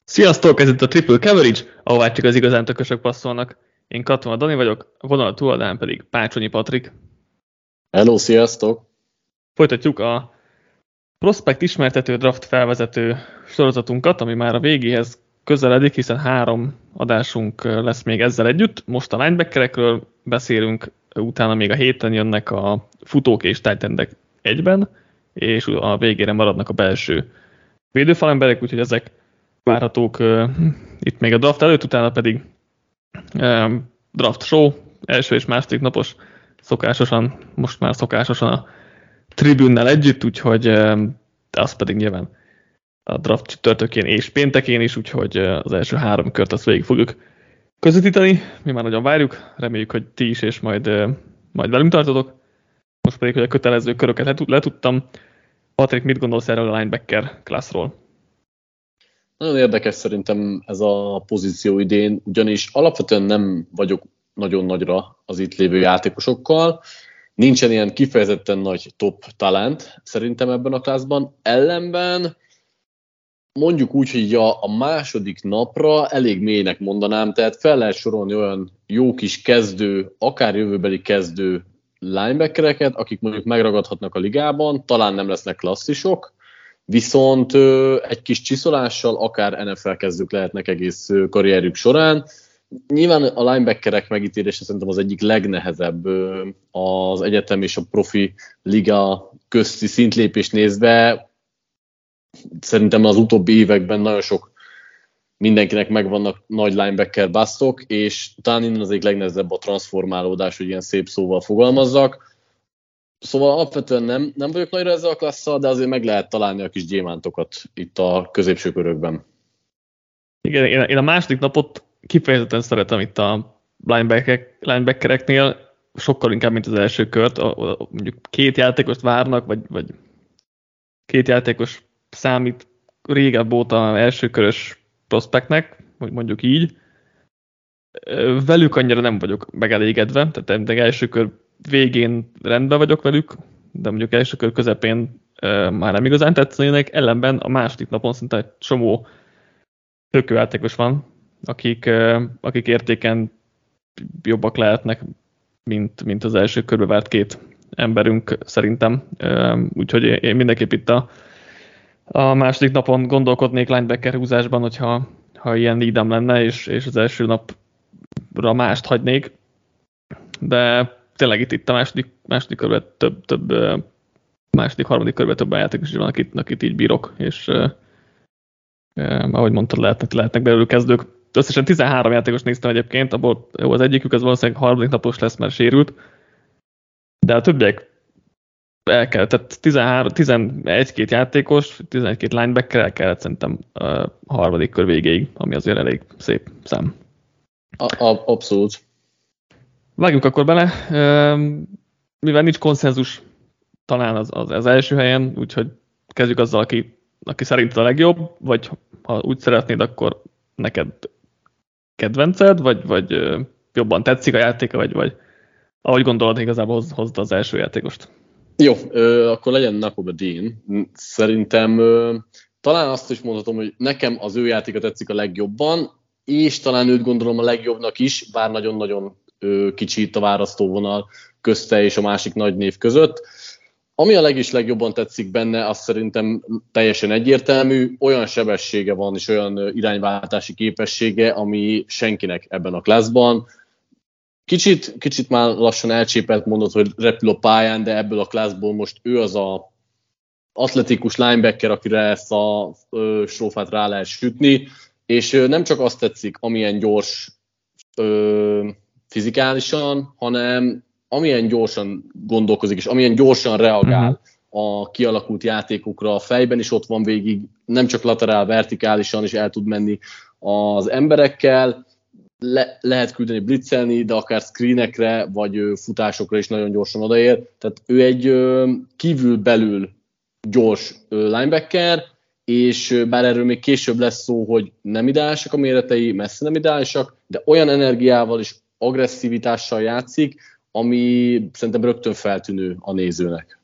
Sziasztok, ez itt a Triple Coverage, ahová csak az igazán tökösök passzolnak. Én Katona Dani vagyok, a vonal túloldalán pedig Pácsonyi Patrik. Hello, sziasztok! Folytatjuk a prospekt ismertető draft felvezető sorozatunkat, ami már a végéhez közeledik, hiszen 3 adásunk lesz még ezzel együtt. Most a linebackerekről beszélünk, utána még a héten jönnek a futók és tight endek egyben, és a végére maradnak a belső védőfalemberek, úgyhogy ezek várhatók itt még a draft előtt, utána pedig draft show, első és második napos most már szokásosan a tribünnel együtt, úgyhogy az pedig nyilván a draft csütörtökén és péntekén is, úgyhogy az első 3 kört azt végig fogjuk közvetíteni. Mi már nagyon várjuk, reméljük, hogy ti is, és majd velünk tartotok. Most pedig, hogy a kötelező köröket letudtam. Patrik, mit gondolsz erről a linebacker classról? Nagyon érdekes szerintem ez a pozíció idén, ugyanis alapvetően nem vagyok nagyon nagyra az itt lévő játékosokkal. Nincsen ilyen kifejezetten nagy top talent szerintem ebben a classban. Ellenben mondjuk úgy, hogy a második napra elég mélynek mondanám, tehát fel lehet sorolni olyan jó kis kezdő, akár jövőbeli kezdő linebackereket, akik mondjuk megragadhatnak a ligában, talán nem lesznek klasszisok, viszont egy kis csiszolással akár NFL kezdők lehetnek egész karrierjük során. Nyilván a linebackerek megítélése szerintem az egyik legnehezebb az egyetem és a profi liga közti szintlépést nézve. Szerintem az utóbbi években nagyon sok mindenkinek megvannak nagy linebacker busztok, és talán innen az egyik legnehezebb a transformálódás, hogy ilyen szép szóval fogalmazzak. Szóval alapvetően nem vagyok nagyra ezzel a klasszal, de azért meg lehet találni a kis gyémántokat itt a középső körökben. Igen, én a második napot kifejezetten szeretem itt a linebackereknél, sokkal inkább, mint az első kört. Mondjuk 2 játékost várnak, vagy 2 játékos számít régebb óta elsőkörös prospektnek, mondjuk így. Velük annyira nem vagyok megelégedve, tehát első kör végén rendben vagyok velük, de mondjuk első kör közepén már nem igazán tetszenének, ellenben a második napon szinte egy csomó játékos van, akik értéken jobbak lehetnek, mint az első körbe várt 2 emberünk szerintem. Úgyhogy én mindenképp itt a második napon gondolkodnék linebacker húzásban, hogyha ilyen needem lenne, és az első napra mást hagynék. De tényleg itt a második körben több harmadik körben több játékos is van, akit így bírok, és ahogy mondtad, lehetnek belőle kezdők. Összesen 13 játékos néztem egyébként, abból az egyikük az valószínűleg harmadik napos lesz, mert sérült, de a többiek el kellett, tehát 11-2 játékos, 11-2 linebacker el kellett szerintem a harmadik kör végéig, ami azért elég szép szám. Abszolút. Vágjunk akkor bele, mivel nincs konszenzus talán az első helyen, úgyhogy kezdjük azzal, aki szerint a legjobb, vagy ha úgy szeretnéd, akkor neked kedvenced, vagy jobban tetszik a játéka, vagy ahogy gondolod, igazából hozd az első játékost. Jó, akkor legyen Nakobe Dean. Szerintem talán azt is mondhatom, hogy nekem az ő játéka tetszik a legjobban, és talán őt gondolom a legjobbnak is, bár nagyon-nagyon kicsi itt a választóvonal közte és a másik nagy név között. Ami a legjobban tetszik benne, az szerintem teljesen egyértelmű, olyan sebessége van és olyan irányváltási képessége, ami senkinek ebben a classban. Kicsit már lassan elcsépelt mondod, hogy repül a pályán, de ebből a classból most ő az a atletikus linebacker, akire ezt a strófát rá lehet sütni, és nem csak azt tetszik, amilyen gyors fizikálisan, hanem amilyen gyorsan gondolkozik, és amilyen gyorsan reagál a kialakult játékokra, a fejben is ott van végig, nem csak laterál, vertikálisan is el tud menni az emberekkel, lehet küldeni blitzelni, de akár screenekre, vagy futásokra is nagyon gyorsan odaér. Tehát ő egy kívül-belül gyors linebacker, és bár erről még később lesz szó, hogy nem ideálisak a méretei, messze nem ideálisak, de olyan energiával és agresszivitással játszik, ami szerintem rögtön feltűnő a nézőnek.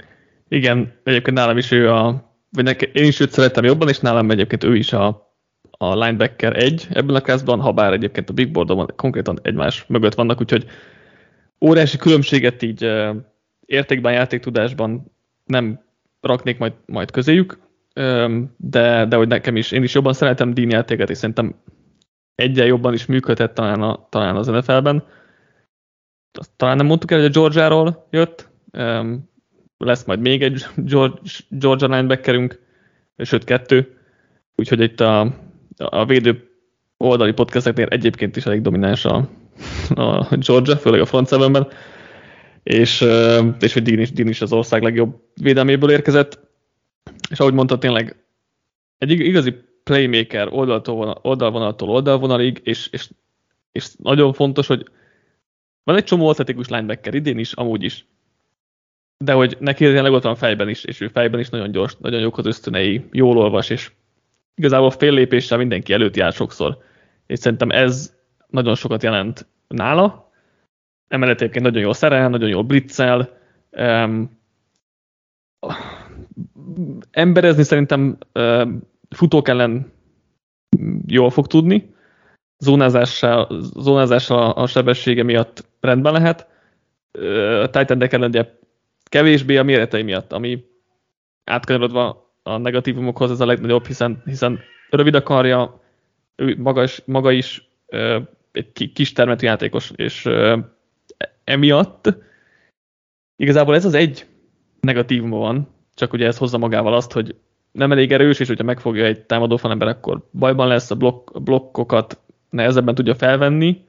Igen, egyébként nálam is én is őt szerettem jobban, és nálam egyébként ő is a a linebacker 1 ebben a classban, ha bár egyébként a big boardon konkrétan egymás mögött vannak, úgyhogy óriási különbséget így értékben, játéktudásban nem raknék majd közéjük, de hogy nekem is, én is jobban szeretem Dean játékát, és szerintem egyen jobban is működhet talán az NFL-ben. Azt talán nem mondtuk el, hogy a Georgia-ról jött, lesz majd még egy Georgia linebackerünk, sőt 2, úgyhogy itt a védő oldali podcasteknél egyébként is elég domináns a Georgia, főleg a front sevenben, és hogy Dean is az ország legjobb védelméből érkezett, és ahogy mondta, tényleg egy igazi playmaker oldalvonaltól oldalvonalig, és nagyon fontos, hogy van egy csomó atletikus linebacker idén is, amúgy is, de hogy neki tényleg ott van fejben is, és ő fejben is nagyon gyors, nagyon jók az ösztönei, jól olvas, és igazából fél lépéssel mindenki előtt jár sokszor, és szerintem ez nagyon sokat jelent nála. Emellett egyébként nagyon jól szerel, nagyon jól blitzel, emberezni futók ellen jól fog tudni, zónázással a sebessége miatt rendben lehet, a tight endek ellen ugye kevésbé a méretei miatt, ami átkanyarodva a negatívumokhoz ez a legnagyobb, hiszen rövid a karja, ő maga is egy kis termetű játékos, és emiatt igazából ez az egy negatívuma van, csak ugye ez hozza magával azt, hogy nem elég erős, és hogyha megfogja egy támadó falember, akkor bajban lesz, a blokkokat nehezebben tudja felvenni,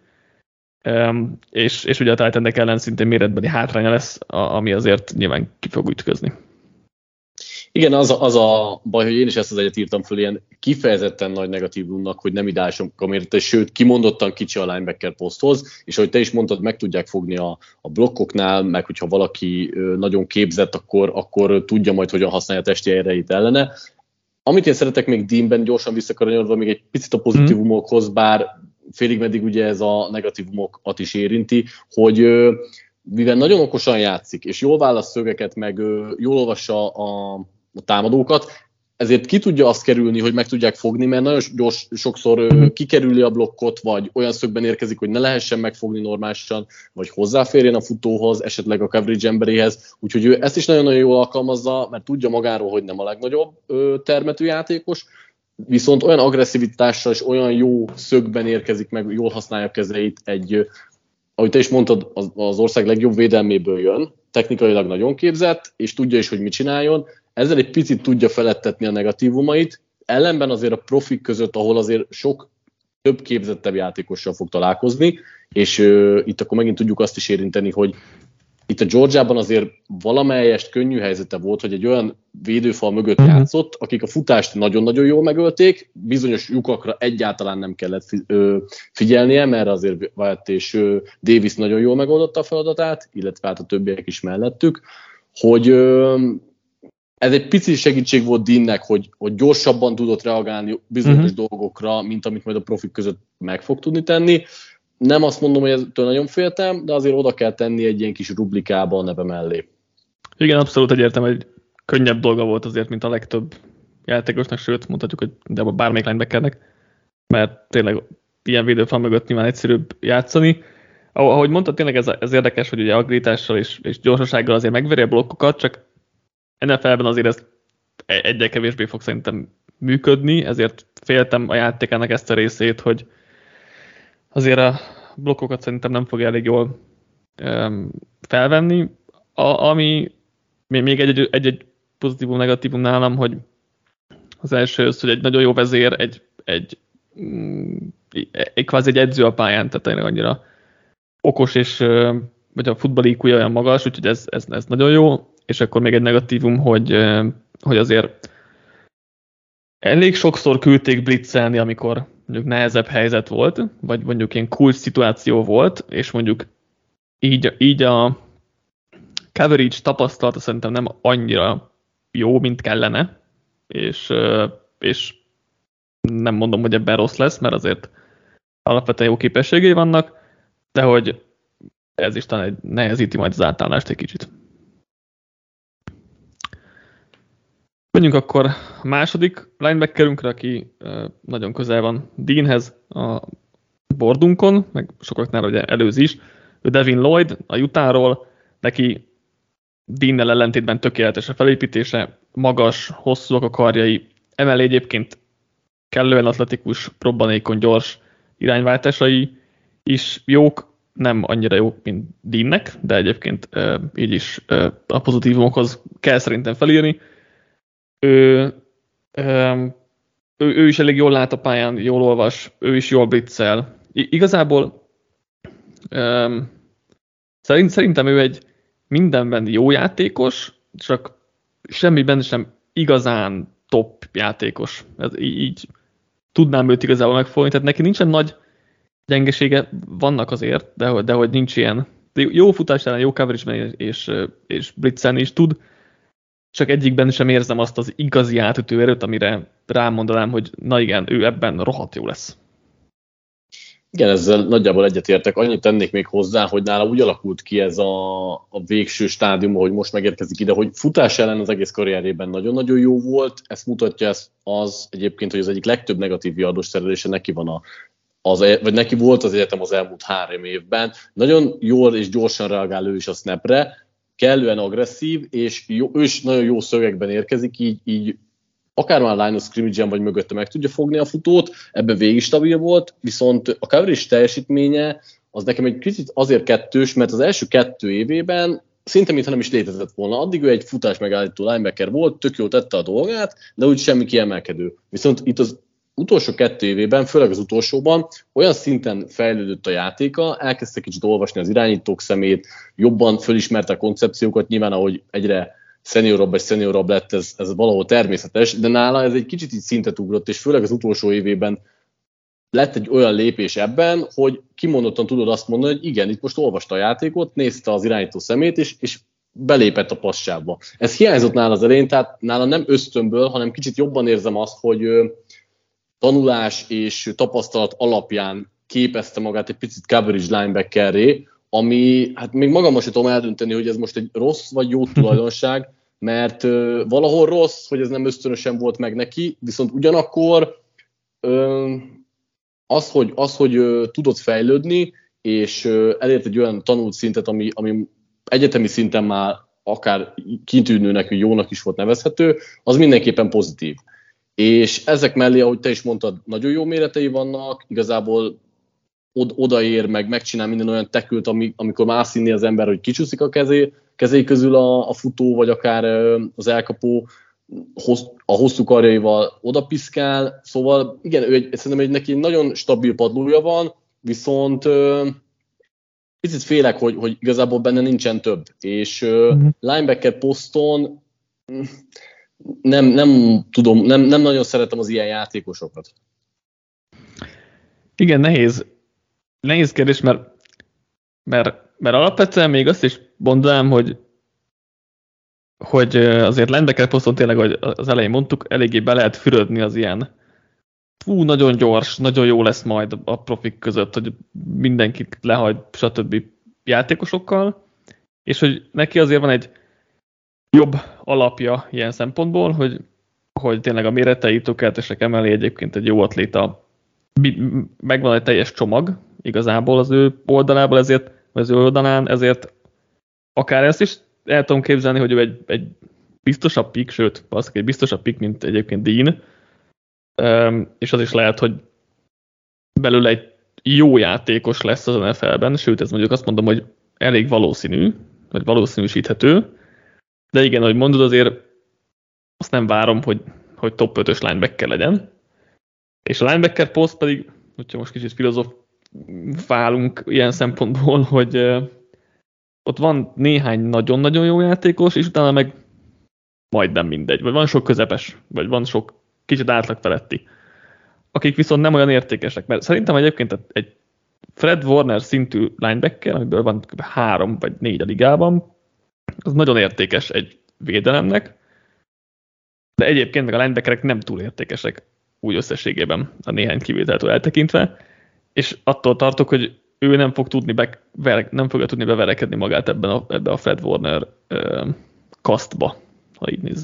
és ugye a tight endek ellen szintén méretbeli hátránya lesz, ami azért nyilván ki fog ütközni. Igen, az a baj, hogy én is ezt az egyet írtam föl, ilyen kifejezetten nagy negatívumnak, hogy nem ideálisan mérete, sőt, kimondottan kicsi a linebacker poszthoz, és ahogy te is mondtad, meg tudják fogni a blokkoknál, meg hogyha valaki nagyon képzett, akkor tudja majd, hogyan használja a testi erejét ellene. Amit én szeretek még Deanben, gyorsan visszakanyarodva még egy picit a pozitívumokhoz, bár félig meddig ugye ez a negatívumokat is érinti, hogy mivel nagyon okosan játszik, és jól választ szögeket, meg jól olvassa a támadókat, ezért ki tudja azt kerülni, hogy meg tudják fogni, mert nagyon sokszor kikerüli a blokkot, vagy olyan szögben érkezik, hogy ne lehessen megfogni normálisan, vagy hozzáférjen a futóhoz, esetleg a coverage emberéhez. Úgyhogy ő ezt is nagyon-nagyon jól alkalmazza, mert tudja magáról, hogy nem a legnagyobb termetű játékos, viszont olyan agresszivitással és olyan jó szögben érkezik meg, jól használja a kezeit, ahogy te is mondtad, az ország legjobb védelméből jön, technikailag nagyon képzett, és tudja is, hogy mit csináljon. Ezzel egy picit tudja felettetni a negatívumait, ellenben azért a profik között, ahol azért sok több képzettebb játékossal fog találkozni, és itt akkor megint tudjuk azt is érinteni, hogy itt a Georgiában azért valamelyest könnyű helyzete volt, hogy egy olyan védőfal mögött játszott, akik a futást nagyon-nagyon jól megölték, bizonyos lyukakra egyáltalán nem kellett figyelnie, mert azért Wyatt és Davis nagyon jól megoldotta a feladatát, illetve hát a többiek is mellettük, hogy ez egy pici segítség volt Deannek, hogy gyorsabban tudott reagálni bizonyos dolgokra, mint amit majd a profik között meg fog tudni tenni. Nem azt mondom, hogy ettől nagyon féltem, de azért oda kell tenni egy ilyen kis rublikába a neve mellé. Igen, abszolút egyértelmű, hogy könnyebb dolga volt azért, mint a legtöbb játékosnak, sőt, mondhatjuk, hogy de bármelyik linebackernek, mert tényleg ilyen védőfal mögött nyilván egyszerűbb játszani. Ahogy mondtad, tényleg ez érdekes, hogy ugye agilitással és gyorsasággal azért megveri a blokkokat, csak NFL-ben azért ez egyre kevésbé fog szerintem működni, ezért féltem a játékának ezt a részét, hogy azért a blokkokat szerintem nem fog elég jól felvenni. Ami még egy pozitívum, negatívum nálam, hogy az első az, hogy egy nagyon jó vezér, egy kvázi egy edző a pályán, tehát tényleg annyira okos, és vagy a futball IQ-ja olyan magas, úgyhogy ez nagyon jó. És akkor még egy negatívum, hogy azért elég sokszor küldték blitzelni, amikor mondjuk nehezebb helyzet volt, vagy mondjuk ilyen cool szituáció volt, és mondjuk így a coverage tapasztalata szerintem nem annyira jó, mint kellene, és nem mondom, hogy ebben rossz lesz, mert azért alapvetően jó képességei vannak, de hogy ez is talán nehezíti majd az átállást egy kicsit. Menjünk akkor a második linebackerünkre, aki nagyon közel van Deanhez a bordunkon, meg sokaknál ugye előzi is. Ő Devin Lloyd a Utahról, neki Deannel ellentétben tökéletes a felépítése, magas, hosszúak a karjai, emellé egyébként kellően atletikus, robbanékony, gyors irányváltásai is jók, nem annyira jók, mint Deannek, de egyébként így is a pozitívumokhoz kell szerintem felírni. Ő is elég jól lát a pályán, jól olvas, ő is jól blitzel. Igazából szerintem ő egy mindenben jó játékos, csak semmiben sem igazán top játékos. Ez így tudnám őt igazából megfogni, tehát neki nincsen nagy gyengesége, vannak azért, de hogy nincs ilyen. Jó futás ellen, jó coverage-ben és blitzelni is tud, csak egyikben sem érzem azt az igazi átütő erőt, amire rámondanám, hogy na igen, ő ebben rohadt jó lesz. Igen, ezzel nagyjából egyetértek. Annyit tennék még hozzá, hogy nála úgy alakult ki ez a végső stádium, hogy most megérkezik ide, hogy futás ellen az egész karrierében nagyon-nagyon jó volt. Ezt mutatja az egyébként, hogy az egyik legtöbb negatív yardos szerelése neki van vagy neki volt az egyetem az elmúlt 3 évben. Nagyon jól és gyorsan reagál ő is a snapre, kellően agresszív, és ő is nagyon jó szögekben érkezik, így akár már line of scrimmage-en vagy mögötte meg tudja fogni a futót, ebben végig stabil volt, viszont a coverage teljesítménye az nekem egy kicsit azért kettős, mert az első 2 évében szinte mintha nem is létezett volna. Addig ő egy futás megállító linebacker volt, tök jól tette a dolgát, de úgy semmi kiemelkedő. Viszont itt az utolsó 2 évében, főleg az utolsóban olyan szinten fejlődött a játéka, elkezdte kicsit olvasni az irányítók szemét, jobban fölismerte a koncepciókat, nyilván ahogy egyre szeniorabb lett, ez valahol természetes, de nála ez egy kicsit így szintet ugrott, és főleg az utolsó évében lett egy olyan lépés ebben, hogy kimondottan tudod azt mondani, hogy igen, itt most olvasta a játékot, nézte az irányító szemét, és belépett a passába. Ez hiányzott nála az elején, tehát nála nem ösztönből, hanem kicsit jobban érzem azt, hogy tanulás és tapasztalat alapján képezte magát egy picit coverage linebackerré, ami, hát még magammal sem tudom eldönteni, hogy ez most egy rossz vagy jó tulajdonság, mert valahol rossz, hogy ez nem ösztönösen volt meg neki, viszont ugyanakkor az, hogy tudott fejlődni, és elért egy olyan tanult szintet, ami egyetemi szinten már akár kitűnőnek, hogy jónak is volt nevezhető, az mindenképpen pozitív. És ezek mellé, ahogy te is mondtad, nagyon jó méretei vannak, igazából odaér, megcsinál minden olyan tekült, amikor már azt hinni az ember, hogy kicsúszik a kezé közül a futó, vagy akár az elkapó, a hosszú karjaival odapiszkál, szóval igen, szerintem neki nagyon stabil padlója van, viszont picit félek, hogy igazából benne nincsen több, és linebacker poszton nem tudom, nem nagyon szeretem az ilyen játékosokat. Igen, nehéz kérdés, mert alapvetően még azt is mondanám, hogy azért linebacker poszton tényleg, ahogy az elején mondtuk, eléggé be lehet fürödni az ilyen nagyon gyors, nagyon jó lesz majd a profik között, hogy mindenkit lehagy, stb. Játékosokkal, és hogy neki azért van egy jobb alapja ilyen szempontból, hogy tényleg a méretei tökéletesek, emellé egyébként egy jó atléta, megvan egy teljes csomag igazából az ő oldalából, ezért, vagy az ő oldalán, ezért akár ezt is el tudom képzelni, hogy ő egy biztosabb pick, sőt, egy biztosabb pick, mint egyébként Dean, és az is lehet, hogy belőle egy jó játékos lesz az NFL-ben, sőt, ez mondjuk azt mondom, hogy elég valószínű, vagy valószínűsíthető, de igen, ahogy mondod, azért azt nem várom, hogy top 5-ös linebacker legyen. És a linebacker poszt pedig, hogyha most kicsit filozofálunk ilyen szempontból, hogy ott van néhány nagyon-nagyon jó játékos, és utána meg majdnem mindegy. Vagy van sok közepes, vagy van sok kicsit átlag feletti, akik viszont nem olyan értékesek. Mert szerintem egyébként egy Fred Warner szintű linebacker, amiből van kb. 3 vagy 4 a ligában, az nagyon értékes egy védelemnek, de egyébként meg a linebackerek nem túl értékesek úgy összességében a néhány kivételtől eltekintve, és attól tartok, hogy ő nem fogja tudni beverekedni magát ebbe a Fred Warner kasztba, ha így nézzük.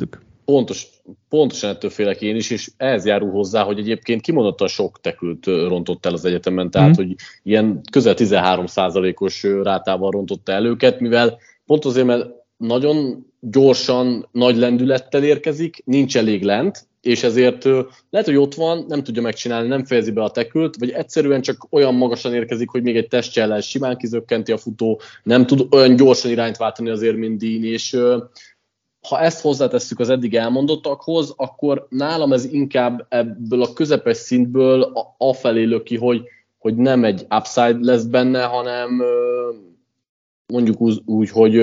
Pontosan ettől félek én is, és ehhez járul hozzá, hogy egyébként kimondottan sok tekült rontott el az egyetemen, tehát hogy ilyen közel 13%-os rátával rontotta el őket, mivel pont azért, mert nagyon gyorsan, nagy lendülettel érkezik, nincs elég lent, és ezért lehet, hogy ott van, nem tudja megcsinálni, nem fejezi be a tekült, vagy egyszerűen csak olyan magasan érkezik, hogy még egy testje ellen simán kizökkenti a futó, nem tud olyan gyorsan irányt váltani azért, mint Dean, és ha ezt hozzátesszük az eddig elmondottakhoz, akkor nálam ez inkább ebből a közepes szintből afelé lök ki, hogy nem egy upside lesz benne, hanem mondjuk úgy, hogy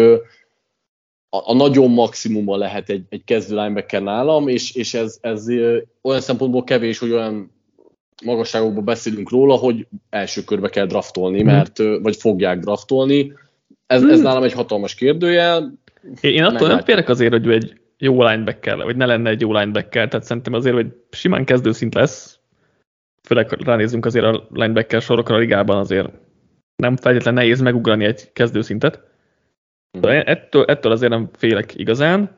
a nagyon maximuma lehet egy kezdő linebacker nálam, és ez olyan szempontból kevés, hogy olyan magasságokban beszélünk róla, hogy első körbe kell draftolni, vagy fogják draftolni. Ez nálam egy hatalmas kérdőjel. Én attól nem félek azért, hogy ő egy jó linebacker, vagy ne lenne egy jó linebacker, tehát szerintem azért, hogy simán kezdőszint lesz, főleg ránézzünk azért a linebacker sorokra a ligában, azért nem feltétlenül nehéz megugrani egy kezdőszintet. Ettől azért nem félek igazán.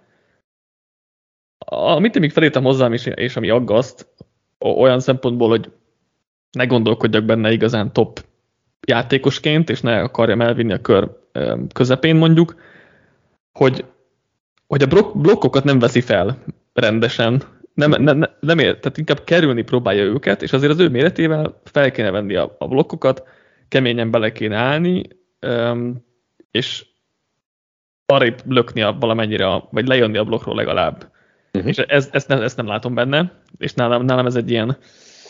Amit én még felírtam hozzám, és ami aggaszt, olyan szempontból, hogy ne gondolkodjak benne igazán top játékosként, és ne akarjam elvinni a kör közepén mondjuk, hogy a blokkokat nem veszi fel rendesen, nem ér, tehát inkább kerülni próbálja őket, és azért az ő méretével fel kéne venni a blokkokat, keményen bele kéne állni, és arrébb lökni valamennyire, vagy lejönni a blokkról legalább. És ezt nem látom benne, és nálam ez egy ilyen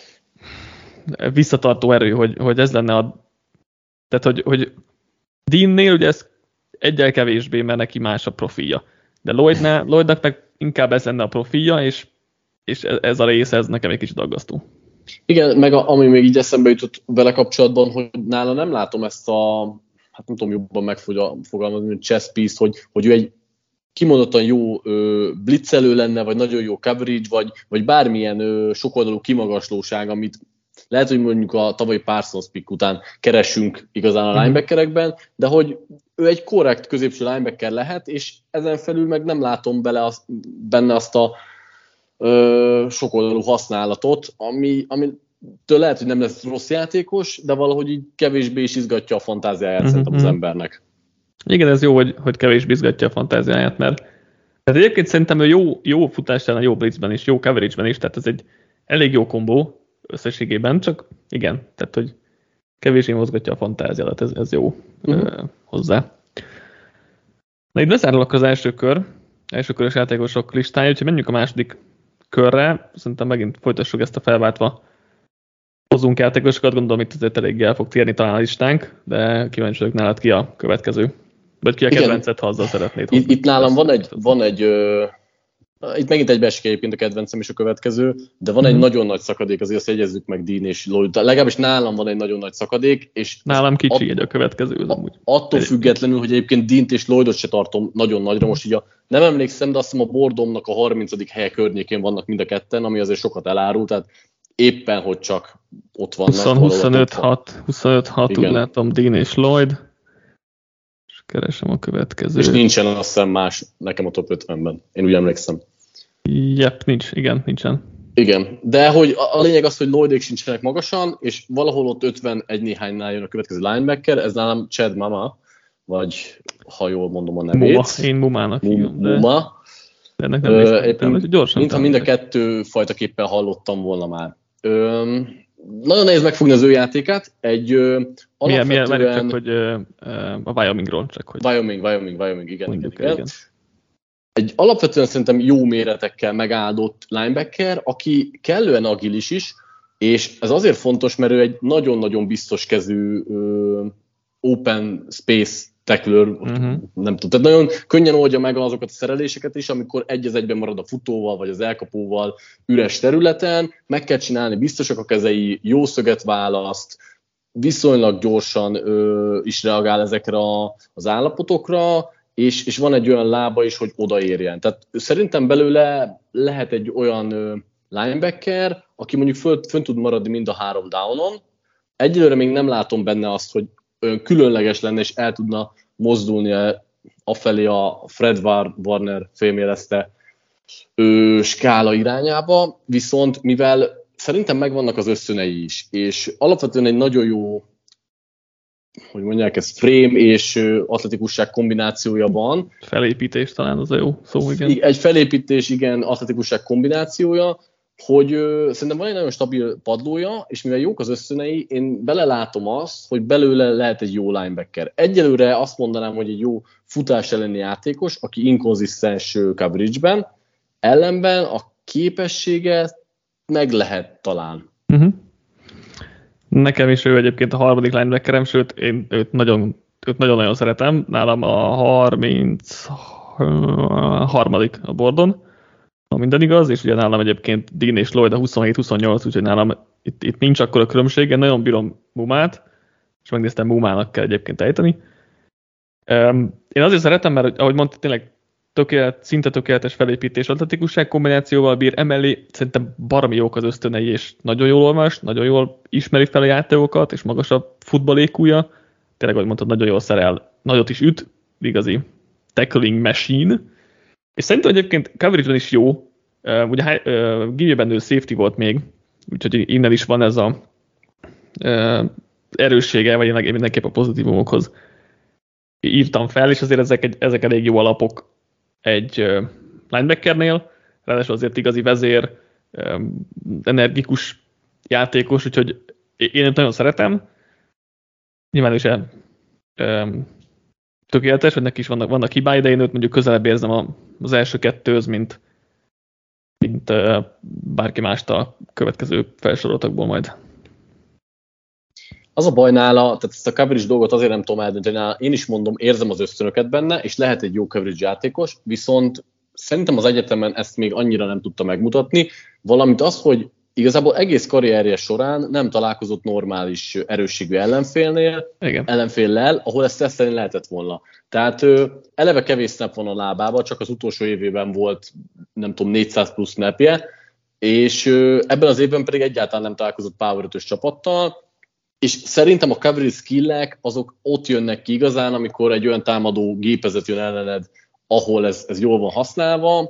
visszatartó erő, hogy ez lenne tehát, hogy Deannél ugye ez egyel kevésbé, mert neki más a profilja. De Lloydnak meg inkább ez lenne a profilja, és ez a része, ez nekem egy kicsit aggasztó. Igen, meg ami még így eszembe jutott vele kapcsolatban, hogy nála nem látom ezt hát nem tudom jobban megfogalmazni, hogy chess piece, hogy ő egy kimondottan jó blitzelő lenne, vagy nagyon jó coverage, vagy bármilyen sokoldalú kimagaslóság, amit lehet, hogy mondjuk a tavalyi Parsons pick után keresünk igazán a linebackerekben, de hogy ő egy korrekt középső linebacker lehet, és ezen felül meg nem látom benne azt a sokoldalú használatot, amitől lehet, hogy nem lesz rossz játékos, de valahogy így kevésbé is izgatja a fantáziáját szerintem az embernek. Igen, ez jó, hogy kevésbé izgatja a fantáziáját, mert tehát egyébként szerintem ő jó futás ellen, jó blitzben is, jó coverage-ben is, tehát ez egy elég jó kombó összességében, csak igen, tehát hogy kevésbé mozgatja a fantáziát, ez jó hozzá. Na itt lezárul akkor az első körös játékosok listája, úgyhogy menjünk a második körre, szerintem megint folytassuk ezt a felváltva. Hozzunk játékosokat, gondolom itt azért eléggé el fog térni talán a listánk, de kíváncsi vagyok nálad ki a következő. Vagy ki a kedvencet, ha azzal szeretnéd hozni. Itt nálam van egy itt megint egybeesik egyébként a kedvencem és a következő, de van egy nagyon nagy szakadék, azért azt jegyezzük meg Dean és Lloyd. Legalábbis nálam van egy nagyon nagy szakadék. És nálam kicsi egy a következő. Attól függetlenül, hogy egyébként Deant és Lloydot se tartom nagyon nagyra. Most így nem emlékszem, de azt hiszem a Bordomnak a 30. helye környékén vannak mind a ketten, ami azért sokat elárul, tehát éppen, hogy csak ott vannak. 25-6, úgy látom, Dean és Lloyd. És keresem a következő. És nincsen azt hiszem más nekem a top 50-ben. Én úgy emlékszem. Yep, nincsen. Igen, de hogy a lényeg az, hogy Lloydék sincsenek magasan, és valahol ott 51 néhánynál jön a következő linebacker, ez nálam Chad Muma, vagy ha jól mondom a nevét. Én Mumának hívom. Muma. De ennek nem néztem, gyorsan. Mintha mind a kettő fajtaképpen hallottam volna már. Nagyon nehéz megfogni az ő játékát. Milyen csak, hogy a Wyomingról csak, hogy... Wyoming, igen. Egy alapvetően szerintem jó méretekkel megáldott linebacker, aki kellően agilis is, és ez azért fontos, mert ő egy nagyon-nagyon biztos kezű open space tackler, nem tudom, tehát nagyon könnyen oldja meg azokat a szereléseket is, amikor egy az egyben marad a futóval, vagy az elkapóval üres területen, meg kell csinálni, biztosak a kezei, jó szöget választ, viszonylag gyorsan is reagál ezekre az állapotokra, és van egy olyan lába is, hogy odaérjen. Tehát szerintem belőle lehet egy olyan linebacker, aki mondjuk fönn tud maradni mind a 3 downon. Egyelőre még nem látom benne azt, hogy olyan különleges lenne, és el tudna mozdulni afelé a Fred Warner fémjelezte skála irányába, viszont mivel szerintem megvannak az ösztönei is, és alapvetően egy nagyon jó, hogy mondják, ez frame és atletikusság kombinációja van. Felépítés talán az a jó szó, igen. Egy felépítés, igen, atletikusság kombinációja, hogy szerintem van egy nagyon stabil padlója, és mivel jók az ösztönei, én belelátom azt, hogy belőle lehet egy jó linebacker. Egyelőre azt mondanám, hogy egy jó futás elleni játékos, aki inkonzisztens coverage-ben, ellenben a képessége meg lehet talán. Uh-huh. Nekem is ő egyébként a harmadik linebackerem, sőt, én őt nagyon-nagyon szeretem. Nálam a 33. a boardon, ha minden igaz, és ugye nálam egyébként Dean és Lloyd a 27-28, úgyhogy nálam itt nincs akkora különbség. Én nagyon bírom Mumát, és megnéztem, Mumának kell egyébként ejteni. Én azért szeretem, mert ahogy mondtad, tényleg szinte tökéletes felépítés, atletikusság kombinációval bír, emellé szerintem baromi jók az ösztönei, és nagyon jól olvas, nagyon jól ismeri fel a játékokat, és magas a futballékúja. Tényleg, ahogy mondtad, nagyon jól szerel, nagyot is üt, igazi tackling machine. És szerintem egyébként coverage-ben is jó. Ugye Gimében ő safety volt még, úgyhogy innen is van ez a erőssége, vagy én mindenképp a pozitívumokhoz írtam fel, és azért ezek elég jó alapok egy linebackernél, ráadásul azért igazi vezér, energikus játékos, úgyhogy én őt nagyon szeretem. Nyilván is tökéletes, hogy neki is vannak hibái, de én őt mondjuk közelebb érzem az első kettőhöz, mint bárki mást a következő felsoroltakból majd. Az a baj nála, tehát ezt a coverage dolgot azért nem tudom eldönteni nála, én is mondom, érzem az ösztönöket benne, és lehet egy jó coverage játékos, viszont szerintem az egyetemen ezt még annyira nem tudta megmutatni, valamint az, hogy igazából egész karrierje során nem találkozott normális erősségű ellenféllel, ahol ezt tesztelni lehetett volna. Tehát eleve kevés snap van a lábában, csak az utolsó évében volt, nem tudom, 400 plusz snapje, és ebben az évben pedig egyáltalán nem találkozott Power 5-ös csapattal, és szerintem a coverage skillek azok ott jönnek ki igazán, amikor egy olyan támadó gépezet jön ellened, ahol ez jól van használva.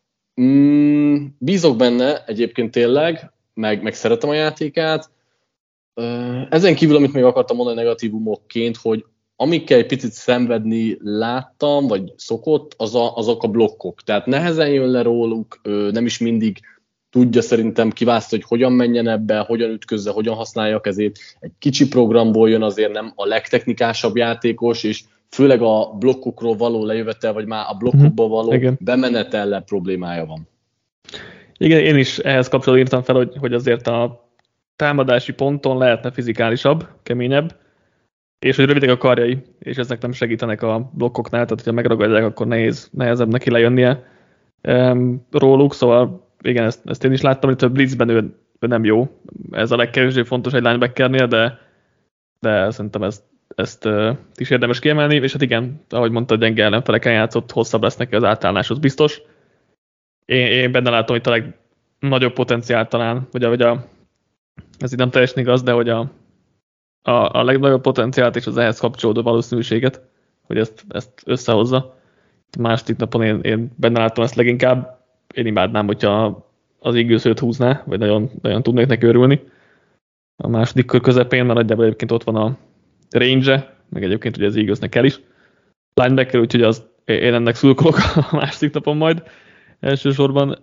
Bízok benne egyébként tényleg, meg szeretem a játékát. Ezen kívül, amit még akartam mondani negatívumokként, hogy amikkel egy picit szenvedni láttam, vagy szokott, azok a blokkok. Tehát nehezen jön le róluk, nem is mindig tudja szerintem kiválasztani, hogy hogyan menjen ebbe, hogyan ütközze, hogyan használja a kezét. Egy kicsi programból jön, azért nem a legtechnikásabb játékos, és főleg a blokkokról való lejövetel, vagy már a blokkokból való bemenetellel problémája van. Igen, én is ehhez kapcsolatban írtam fel, hogy azért a támadási ponton lehetne fizikálisabb, keményebb, és hogy rövidek a karjai, és ezek nem segítenek a blokkoknál, tehát hogyha megragadják, akkor nehezebb neki lejönnie róluk, szóval igen, ezt én is láttam, hogy a blitzben ő nem jó. Ez a legkevésbé fontos egy linebackernél, de szerintem ezt is érdemes kiemelni, és hát igen, ahogy mondtad, gyenge ellenfeleken játszott, hosszabb lesz neki az átállás, az biztos. Én benne látom itt a legnagyobb potenciál talán, vagy ez így nem teljesen igaz, de hogy a legnagyobb potenciált és az ehhez kapcsolódó valószínűséget, hogy ezt összehozza. Második napon én benne látom ezt leginkább. Én imádnám, hogyha az Eagles őt húzná, vagy nagyon, nagyon tudnék neki örülni. A második kör közepén, mert nagyjából egyébként ott van a range-e, meg egyébként ugye az Eaglesnek kell is. Linebacker, úgyhogy én ennek szurkolok a második napon majd elsősorban.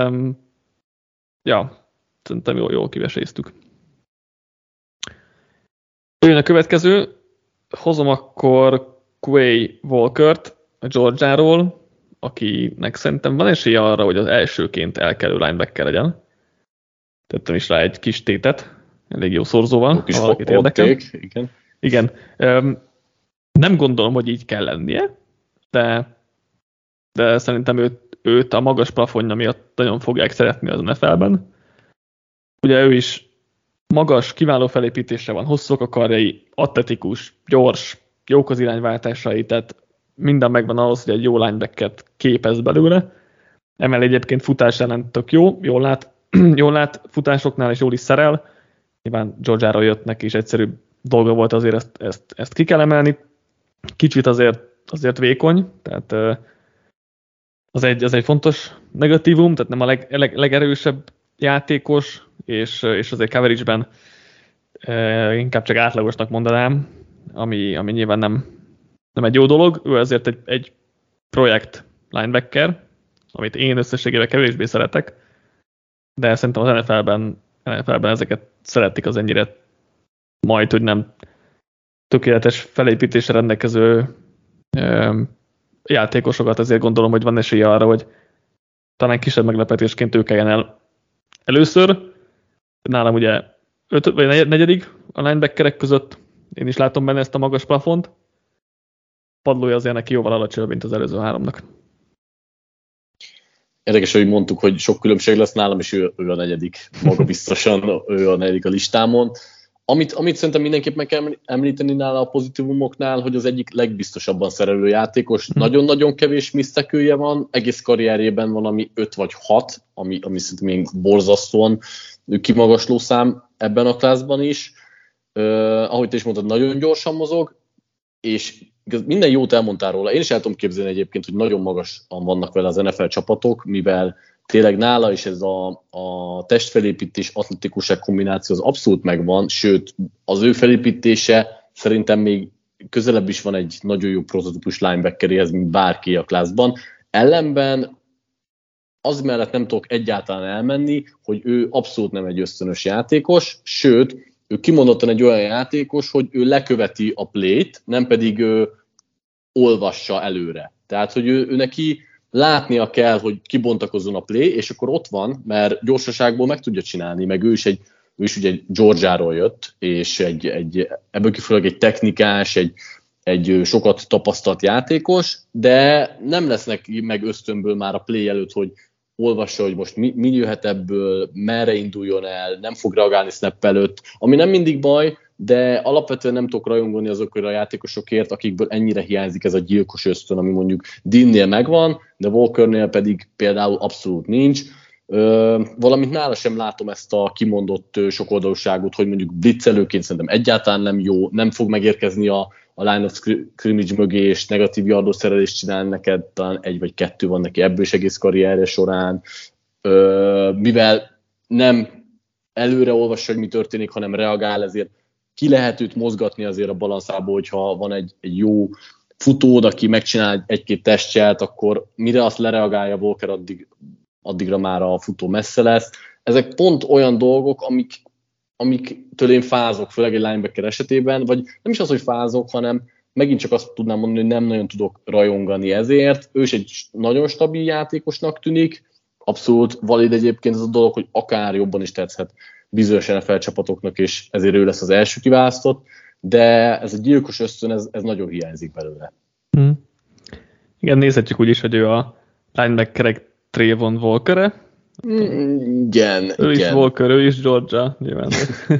Szerintem jól kiveséztük. Jön a következő. Hozom akkor Quay Walkert a Georgiáról, akinek szerintem van esélye arra, hogy az elsőként elkelő linebacker legyen. Tettem is rá egy kis tétet, elég jó szorzóval, ha valakit érdekel. Igen. Nem gondolom, hogy így kell lennie, de szerintem őt a magas plafonja miatt nagyon fogják szeretni az NFL-ben. Ugye ő is magas, kiváló felépítésre van, hosszúak a karjai, atletikus, gyors, jók az irányváltásai, tehát minden megvan ahhoz, hogy egy jó linebackert képez belőle. Emellé egyébként futás ellen tök jó, jól lát futásoknál, és jól is szerel. Nyilván Georgiáról jött neki is egyszerű dolga volt, azért ezt ki kell emelni. Kicsit azért vékony, tehát az egy fontos negatívum, tehát nem a legerősebb játékos, és azért coverage-ben inkább csak átlagosnak mondanám, ami nyilván nem egy jó dolog. Ő azért egy projekt linebacker, amit én összességében kevésbé szeretek, de szerintem az NFL-ben ezeket szeretik az ennyire majd, hogy nem tökéletes felépítésre rendelkező játékosokat, ezért gondolom, hogy van esélye arra, hogy talán kisebb meglepetésként ő kelljen el először. Nálam ugye 5 vagy 4. a linebackerek között, én is látom benne ezt a magas plafont. Padlója azért neki jóval alacsonyabb, mint az előző 3-nak. Érdekes, hogy mondtuk, hogy sok különbség lesz nálam, és ő a 4. Maga biztosan ő a 4. a listámon. Amit szerintem mindenképp meg kell említeni nála a pozitívumoknál, hogy az egyik legbiztosabban szerelő játékos. Nagyon-nagyon kevés misztekője van, egész karrierjében van, ami 5 vagy 6, ami szerintem még borzasztóan kimagasló szám ebben a klászban is. Ahogy te is mondtad, nagyon gyorsan mozog, és minden jót elmondtál róla. Én is el tudom képzelni egyébként, hogy nagyon magasan vannak vele az NFL csapatok, mivel tényleg nála is ez a testfelépítés, atletikusság kombináció az abszolút megvan, sőt, az ő felépítése szerintem még közelebb is van egy nagyon jó prototípus linebackeréhez, mint bárki a klászban. Ellenben az mellett nem tudok egyáltalán elmenni, hogy ő abszolút nem egy ösztönös játékos, sőt, ő kimondottan egy olyan játékos, hogy ő leköveti a play-t, nem pedig olvassa előre. Tehát, hogy ő neki látnia kell, hogy kibontakozzon a play, és akkor ott van, mert gyorsaságból meg tudja csinálni, meg ő is ugye egy Georgiáról jött, és ebből kifolyólag egy technikás, egy sokat tapasztalt játékos, de nem lesz neki meg ösztönből már a play előtt, hogy olvassa, hogy most mi jöhet ebből, merre induljon el, nem fog reagálni snap előtt, ami nem mindig baj, de alapvetően nem tudok rajongani azokért a játékosokért, akikből ennyire hiányzik ez a gyilkos ösztön, ami mondjuk Deannél megvan, de Walkernél pedig például abszolút nincs. Valamint nála sem látom ezt a kimondott sokoldalúságot, hogy mondjuk blitzelőként szerintem egyáltalán nem jó, nem fog megérkezni a line of scrimmage mögé, és negatív yardot szerelést csinálni neked, talán 1 vagy 2 van neki ebből is egész karrierje során. Mivel nem előre olvassa, hogy mi történik, hanem reagál, ezért ki lehet őt mozgatni azért a balanszából, hogyha van egy jó futód, aki megcsinál 1-2 testcselt, akkor mire azt lereagálja Walker, addigra már a futó messze lesz. Ezek pont olyan dolgok, amiktől én fázok, főleg egy linebacker esetében, vagy nem is az, hogy fázok, hanem megint csak azt tudnám mondani, hogy nem nagyon tudok rajongani ezért. Ő is egy nagyon stabil játékosnak tűnik, abszolút valid egyébként ez a dolog, hogy akár jobban is tetszhet bizonyos NFL csapatoknak, és ezért ő lesz az első kiválasztott, de ez a gyilkos ösztön, ez nagyon hiányzik belőle. Igen, nézhetjük úgy is, hogy ő a linebackerek Trayvon Walker-e. Igen. Ő is Walker, ő is Georgia, nyilván.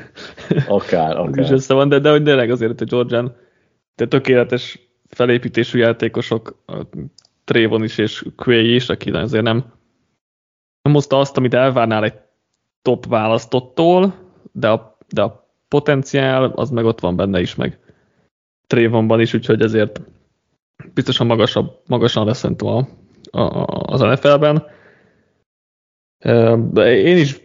Akár. Is össze van, de hogy tényleg azért, hogy Georgian, de tökéletes felépítésű játékosok, Trayvon is és Quay is, aki azért nem hozta azt, amit elvárnál egy top választottól, de a potenciál az meg ott van benne is, meg Trayvonban is, úgyhogy ezért biztosan magasan lesz szerintem az NFL-ben. De én is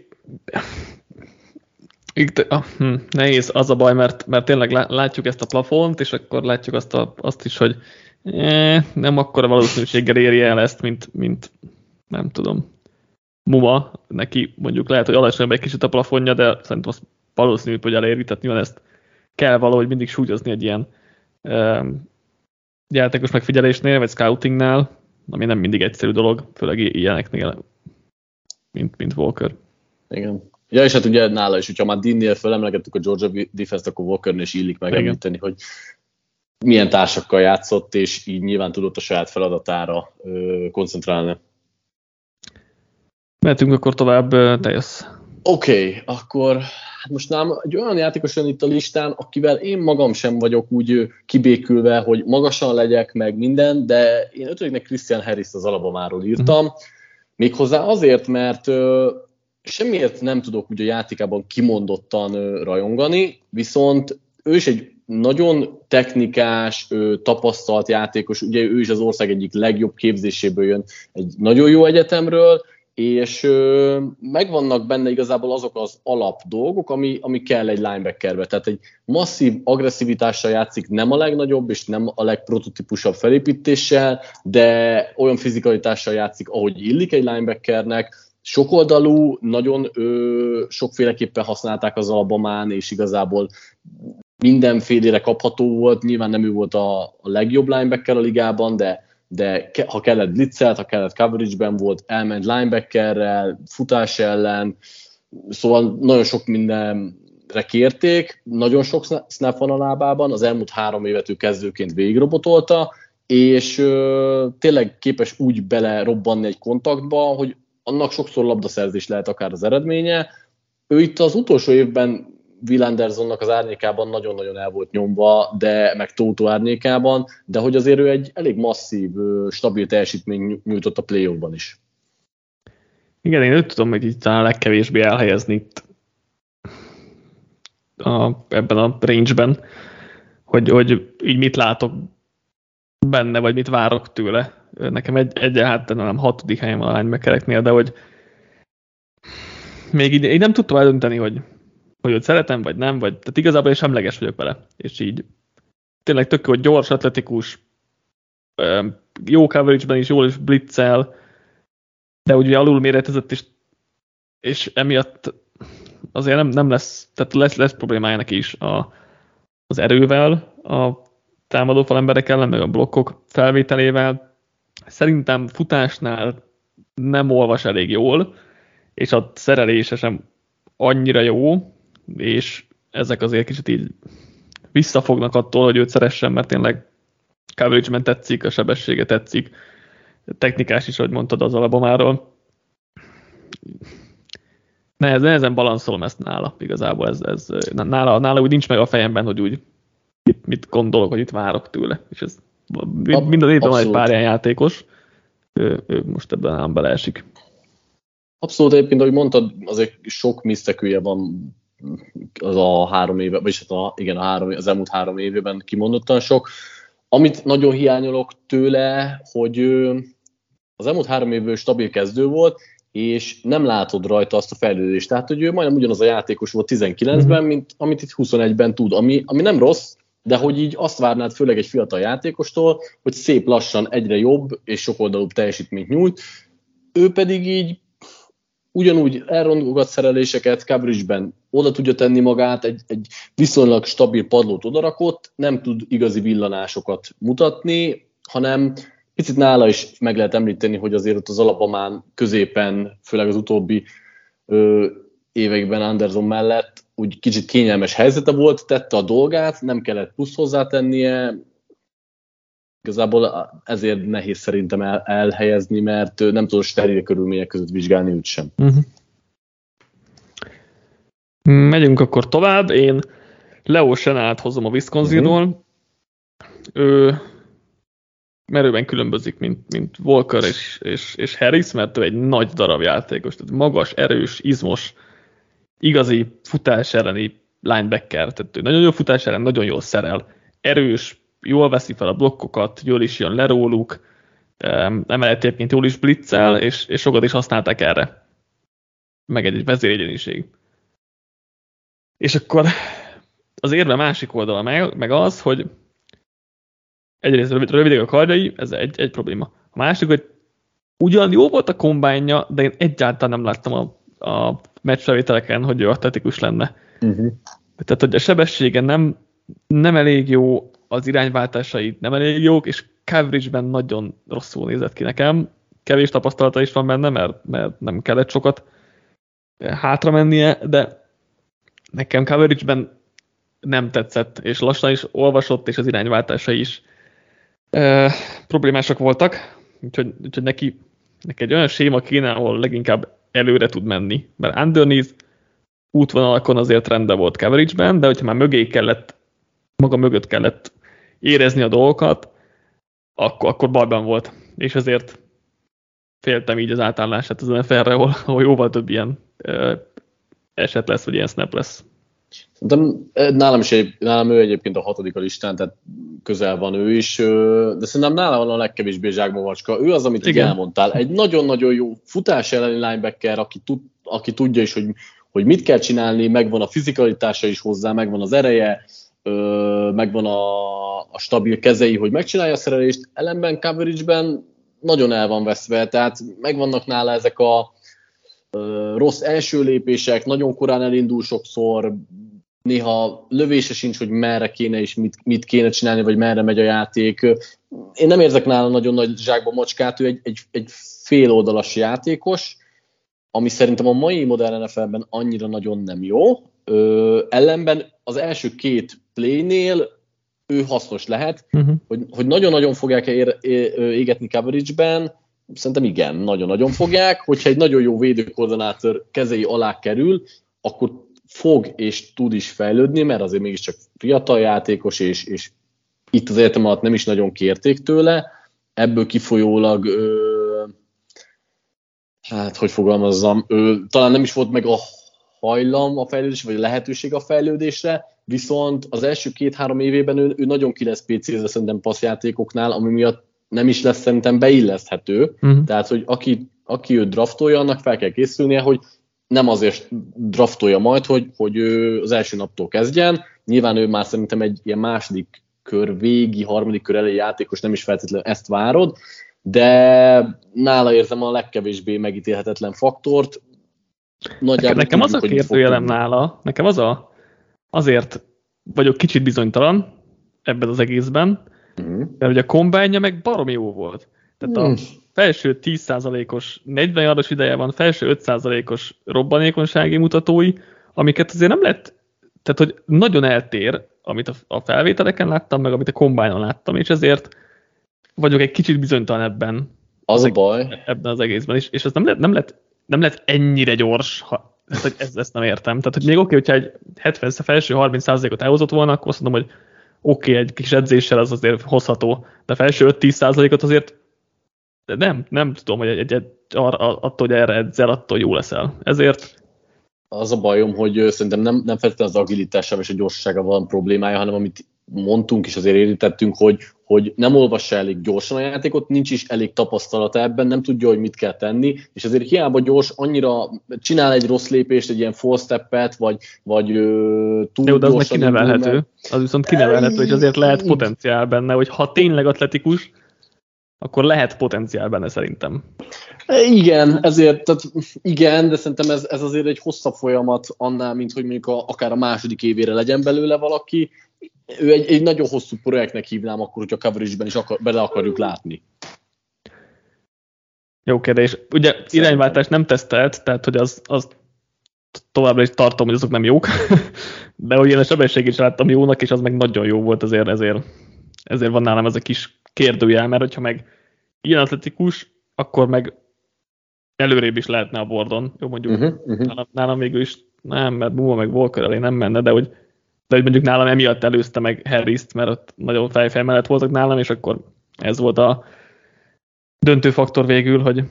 nehéz az a baj, mert tényleg látjuk ezt a plafont, és akkor látjuk azt is, hogy nem akkora valószínűséggel éri el ezt, mint nem tudom, Muma, neki mondjuk lehet, hogy alacsonyabb egy kicsit a plafonja, de szerintem azt valószínű, hogy eléri, tehát nyilván ezt kell valahogy mindig súlyozni egy ilyen játékos megfigyelésnél, vagy scoutingnál, ami nem mindig egyszerű dolog, főleg ilyeneknél, mint Walker. Igen. Ja, és hát ugye nála is, hogyha már Deannél felemlegettük a Georgia defense-t, akkor Walkernél is illik megemlíteni, hogy milyen társakkal játszott, és így nyilván tudott a saját feladatára koncentrálni. Mehetünk akkor tovább, te jössz. Oké, akkor most nálam egy olyan játékos jön itt a listán, akivel én magam sem vagyok úgy kibékülve, hogy magasan legyek, meg minden, de én 5-nek Christian Harris az Alabamáról írtam. Méghozzá azért, mert semmiért nem tudok úgy a játékában kimondottan rajongani, viszont ő is egy nagyon technikás, tapasztalt játékos, ugye ő is az ország egyik legjobb képzéséből jön, egy nagyon jó egyetemről, és megvannak benne igazából azok az alap dolgok, ami kell egy linebackerbe. Tehát egy masszív agresszivitással játszik, nem a legnagyobb, és nem a legprototípusabb felépítéssel, de olyan fizikalitással játszik, ahogy illik egy linebackernek, sokoldalú, nagyon sokféleképpen használták az Alabamán, és igazából mindenfélére kapható volt. Nyilván nem ő volt a legjobb linebacker a ligában, de ha kellett blitzelt, ha kellett coverage-ben volt, elment linebackerrel, futás ellen, szóval nagyon sok mindenre kérték, nagyon sok snap van a lábában, az elmúlt 3 évet ő kezdőként végigrobotolta, és tényleg képes úgy belerobbanni egy kontaktba, hogy annak sokszor labdaszerzés lehet akár az eredménye. Ő itt az utolsó évben Will Andersonnak az árnyékában nagyon-nagyon el volt nyomva, de meg Tótó árnyékában, de hogy azért ő egy elég masszív, stabil teljesítmény nyújtott a play-offban is. Igen, én úgy tudom, hogy itt talán legkevésbé elhelyezni itt ebben a range-ben, hogy így mit látok benne, vagy mit várok tőle. Nekem nem 6. helyen a linebackereknél, de hogy még így nem tudtam eldönteni, hogy őt szeretem, vagy nem, tehát igazából én semleges vagyok vele. És így tényleg tök jó, gyors, atletikus, jó coverage-ben is, jól is blitzel, de ugye alul méretezett, és emiatt azért nem lesz, tehát lesz problémája neki is az erővel, a támadófal emberek ellen, meg a blokkok felvételével. Szerintem futásnál nem olvas elég jól, és a szerelése sem annyira jó, és ezek azért kicsit így visszafognak attól, hogy őt szeressen, mert tényleg coverage-ben tetszik, a sebessége tetszik, technikás is, ahogy mondtad az Alabamáról. Nehezen balanszolom ezt nála igazából. Ez nála úgy nincs meg a fejemben, hogy úgy mit gondolok, hogy itt várok tőle. És ez mind az évben van egy pár ilyen játékos, ő most ebben nálam beleesik. Abszolút, egyébként, ahogy mondtad, azért sok misztekője van az a 3 éve, vagyis az elmúlt 3 évben kimondottan sok. Amit nagyon hiányolok tőle, hogy az elmúlt 3 évből stabil kezdő volt, és nem látod rajta azt a fejlődést. Tehát, hogy ő majdnem ugyanaz a játékos volt 19-ben, mint amit itt 21-ben tud, ami nem rossz, de hogy így azt várnád főleg egy fiatal játékostól, hogy szép lassan egyre jobb és sokoldalúbb teljesítményt nyújt. Ő pedig így ugyanúgy elrondogat szereléseket, coverage-ben oda tudja tenni magát, egy viszonylag stabil padlót odarakott, nem tud igazi villanásokat mutatni, hanem picit nála is meg lehet említeni, hogy azért ott az Alabamán középen, főleg az utóbbi években Anderson mellett úgy kicsit kényelmes helyzete volt, tette a dolgát, nem kellett plusz hozzátennie. Igazából ezért nehéz szerintem elhelyezni, mert nem tudod steril körülmények között vizsgálni őt sem. Megyünk akkor tovább. Én Leo Chenalt hozom a Wisconsinról. Ő merőben különbözik, mint Walker és Harris, mert ő egy nagy darab játékos, tehát magas, erős, izmos, igazi futás elleni linebacker, tehát ő nagyon jó futás ellen, nagyon jól szerel, erős, jól veszi fel a blokkokat, jól is jön le róluk, emellett egyébként jól is blitzel, és sokat is használták erre. Meg egy vezérigyeniség. És akkor az érve másik oldala meg az, hogy egyrészt rövidek a karjai, ez egy probléma. A másik, hogy ugyan jó volt a kombánja, de én egyáltalán nem láttam a meccsfelvételeken, hogy ő atletikus lenne. Tehát, hogy a sebessége nem elég jó, az irányváltásai nem elég jók, és coverage-ben nagyon rosszul nézett ki nekem. Kevés tapasztalata is van benne, mert nem kellett sokat hátra mennie, de nekem coverage-ben nem tetszett, és lassan is olvasott, és az irányváltásai is problémásak voltak, úgyhogy neki egy olyan séma kéne, ahol leginkább előre tud menni, mert underneath útvonalakon azért rendben volt coverage-ben, de hogyha már maga mögött kellett érezni a dolgokat, akkor bajban volt, és ezért féltem így az átállását az NFL-re, ahol jóval több ilyen eset lesz, vagy ilyen snap lesz. Szerintem nálam ő egyébként a 6. a listán, tehát közel van ő is, de szerintem nála van a legkevésbé zsákba macska. Ő az, amit igen, elmondtál. Egy nagyon-nagyon jó futás elleni linebacker, aki tudja is, hogy mit kell csinálni, megvan a fizikalitása is hozzá, megvan az ereje, megvan a stabil kezei, hogy megcsinálja a szerelést, ellenben coverage-ben nagyon el van veszve, tehát megvannak nála ezek a rossz első lépések, nagyon korán elindul sokszor, néha lövése sincs, hogy merre kéne és mit kéne csinálni, vagy merre megy a játék. Én nem érzek nála nagyon nagy zsákba macskát, ő egy féloldalas játékos, ami szerintem a mai modern NFL-ben annyira nagyon nem jó. Ellenben az első 2 playnél ő hasznos lehet, hogy nagyon-nagyon fogják égetni coverage-ben, szerintem igen, nagyon-nagyon fogják. Hogyha egy nagyon jó védőkoordinátor kezei alá kerül, akkor fog és tud is fejlődni, mert azért mégiscsak fiatal játékos, és itt az egyetem alatt nem is nagyon kérték tőle. Ebből kifolyólag, hogy fogalmazzam, talán nem is volt meg a hajlam a fejlődésre, vagy a lehetőség a fejlődésre, viszont az első 2-3 évében ő nagyon ki lesz PC-zve szerintem passzjátékoknál, ami miatt nem is lesz szerintem beilleszthető. Tehát, hogy aki őt draftolja, annak fel kell készülnie, hogy nem azért draftolja majd, hogy ő az első naptól kezdjen. Nyilván ő már szerintem egy ilyen második kör végi, harmadik kör elejé játékos, nem is feltétlenül ezt várod, de nála érzem a legkevésbé megítélhetetlen faktort. Nekem az a kérdőjelem nála, nekem azért vagyok kicsit bizonytalan ebben az egészben, mert ugye a kombájnja meg baromi jó volt. Tehát a felső 10%-os 40 yardos ideje van, felső 5%-os robbanékonysági mutatói, amiket azért nem lehet, tehát hogy nagyon eltér, amit a felvételeken láttam, meg amit a kombájnon láttam, és ezért vagyok egy kicsit bizonytalan ebben. Az a baj. Ebben az egészben is, és ez nem lett ennyire gyors, ezt nem értem. Tehát, hogy még oké, hogyha egy 70 felső 30%-ot elhozott volna, akkor azt mondom, hogy oké, egy kis edzéssel az azért hozható, de felső 5-10%-ot azért nem tudom, hogy attól, hogy erre edzel, attól jó leszel. Ezért az a bajom, hogy szerintem nem feltétlenül az agilitással és a gyorsasággal van problémája, hanem amit mondtunk és azért érintettünk, hogy nem olvassa elég gyorsan a játékot, nincs is elég tapasztalata ebben, nem tudja, hogy mit kell tenni, és azért hiába gyors, annyira csinál egy rossz lépést, egy ilyen full steppet, vagy túl jó, de az gyorsan. meg kinevelhető. Az viszont kinevelhető, és azért lehet potenciál benne, hogy ha tényleg atletikus, akkor lehet potenciál benne szerintem. Igen, de szerintem ez azért egy hosszabb folyamat annál, mint hogy mondjuk akár a második évére legyen belőle valaki. Ő egy nagyon hosszú projektnek hívnám akkor, hogyha coverage-ben is bele akarjuk látni. Jó kérdés. Ugye irányváltást nem tesztelt, tehát hogy az továbbra is tartom, hogy azok nem jók, de hogy én a sebességét is láttam jónak, és az meg nagyon jó volt, ezért van nálam ez a kis kérdőjel, mert hogyha meg ilyen atletikus, akkor meg előrébb is lehetne a bordon. Jó, mondjuk nálam végül is nem, mert Buma meg Walker elé nem menne, de hogy mondjuk nálam emiatt előzte meg Harris-t, mert ott nagyon fejfej mellett voltak nálam, és akkor ez volt a döntő faktor végül, hogy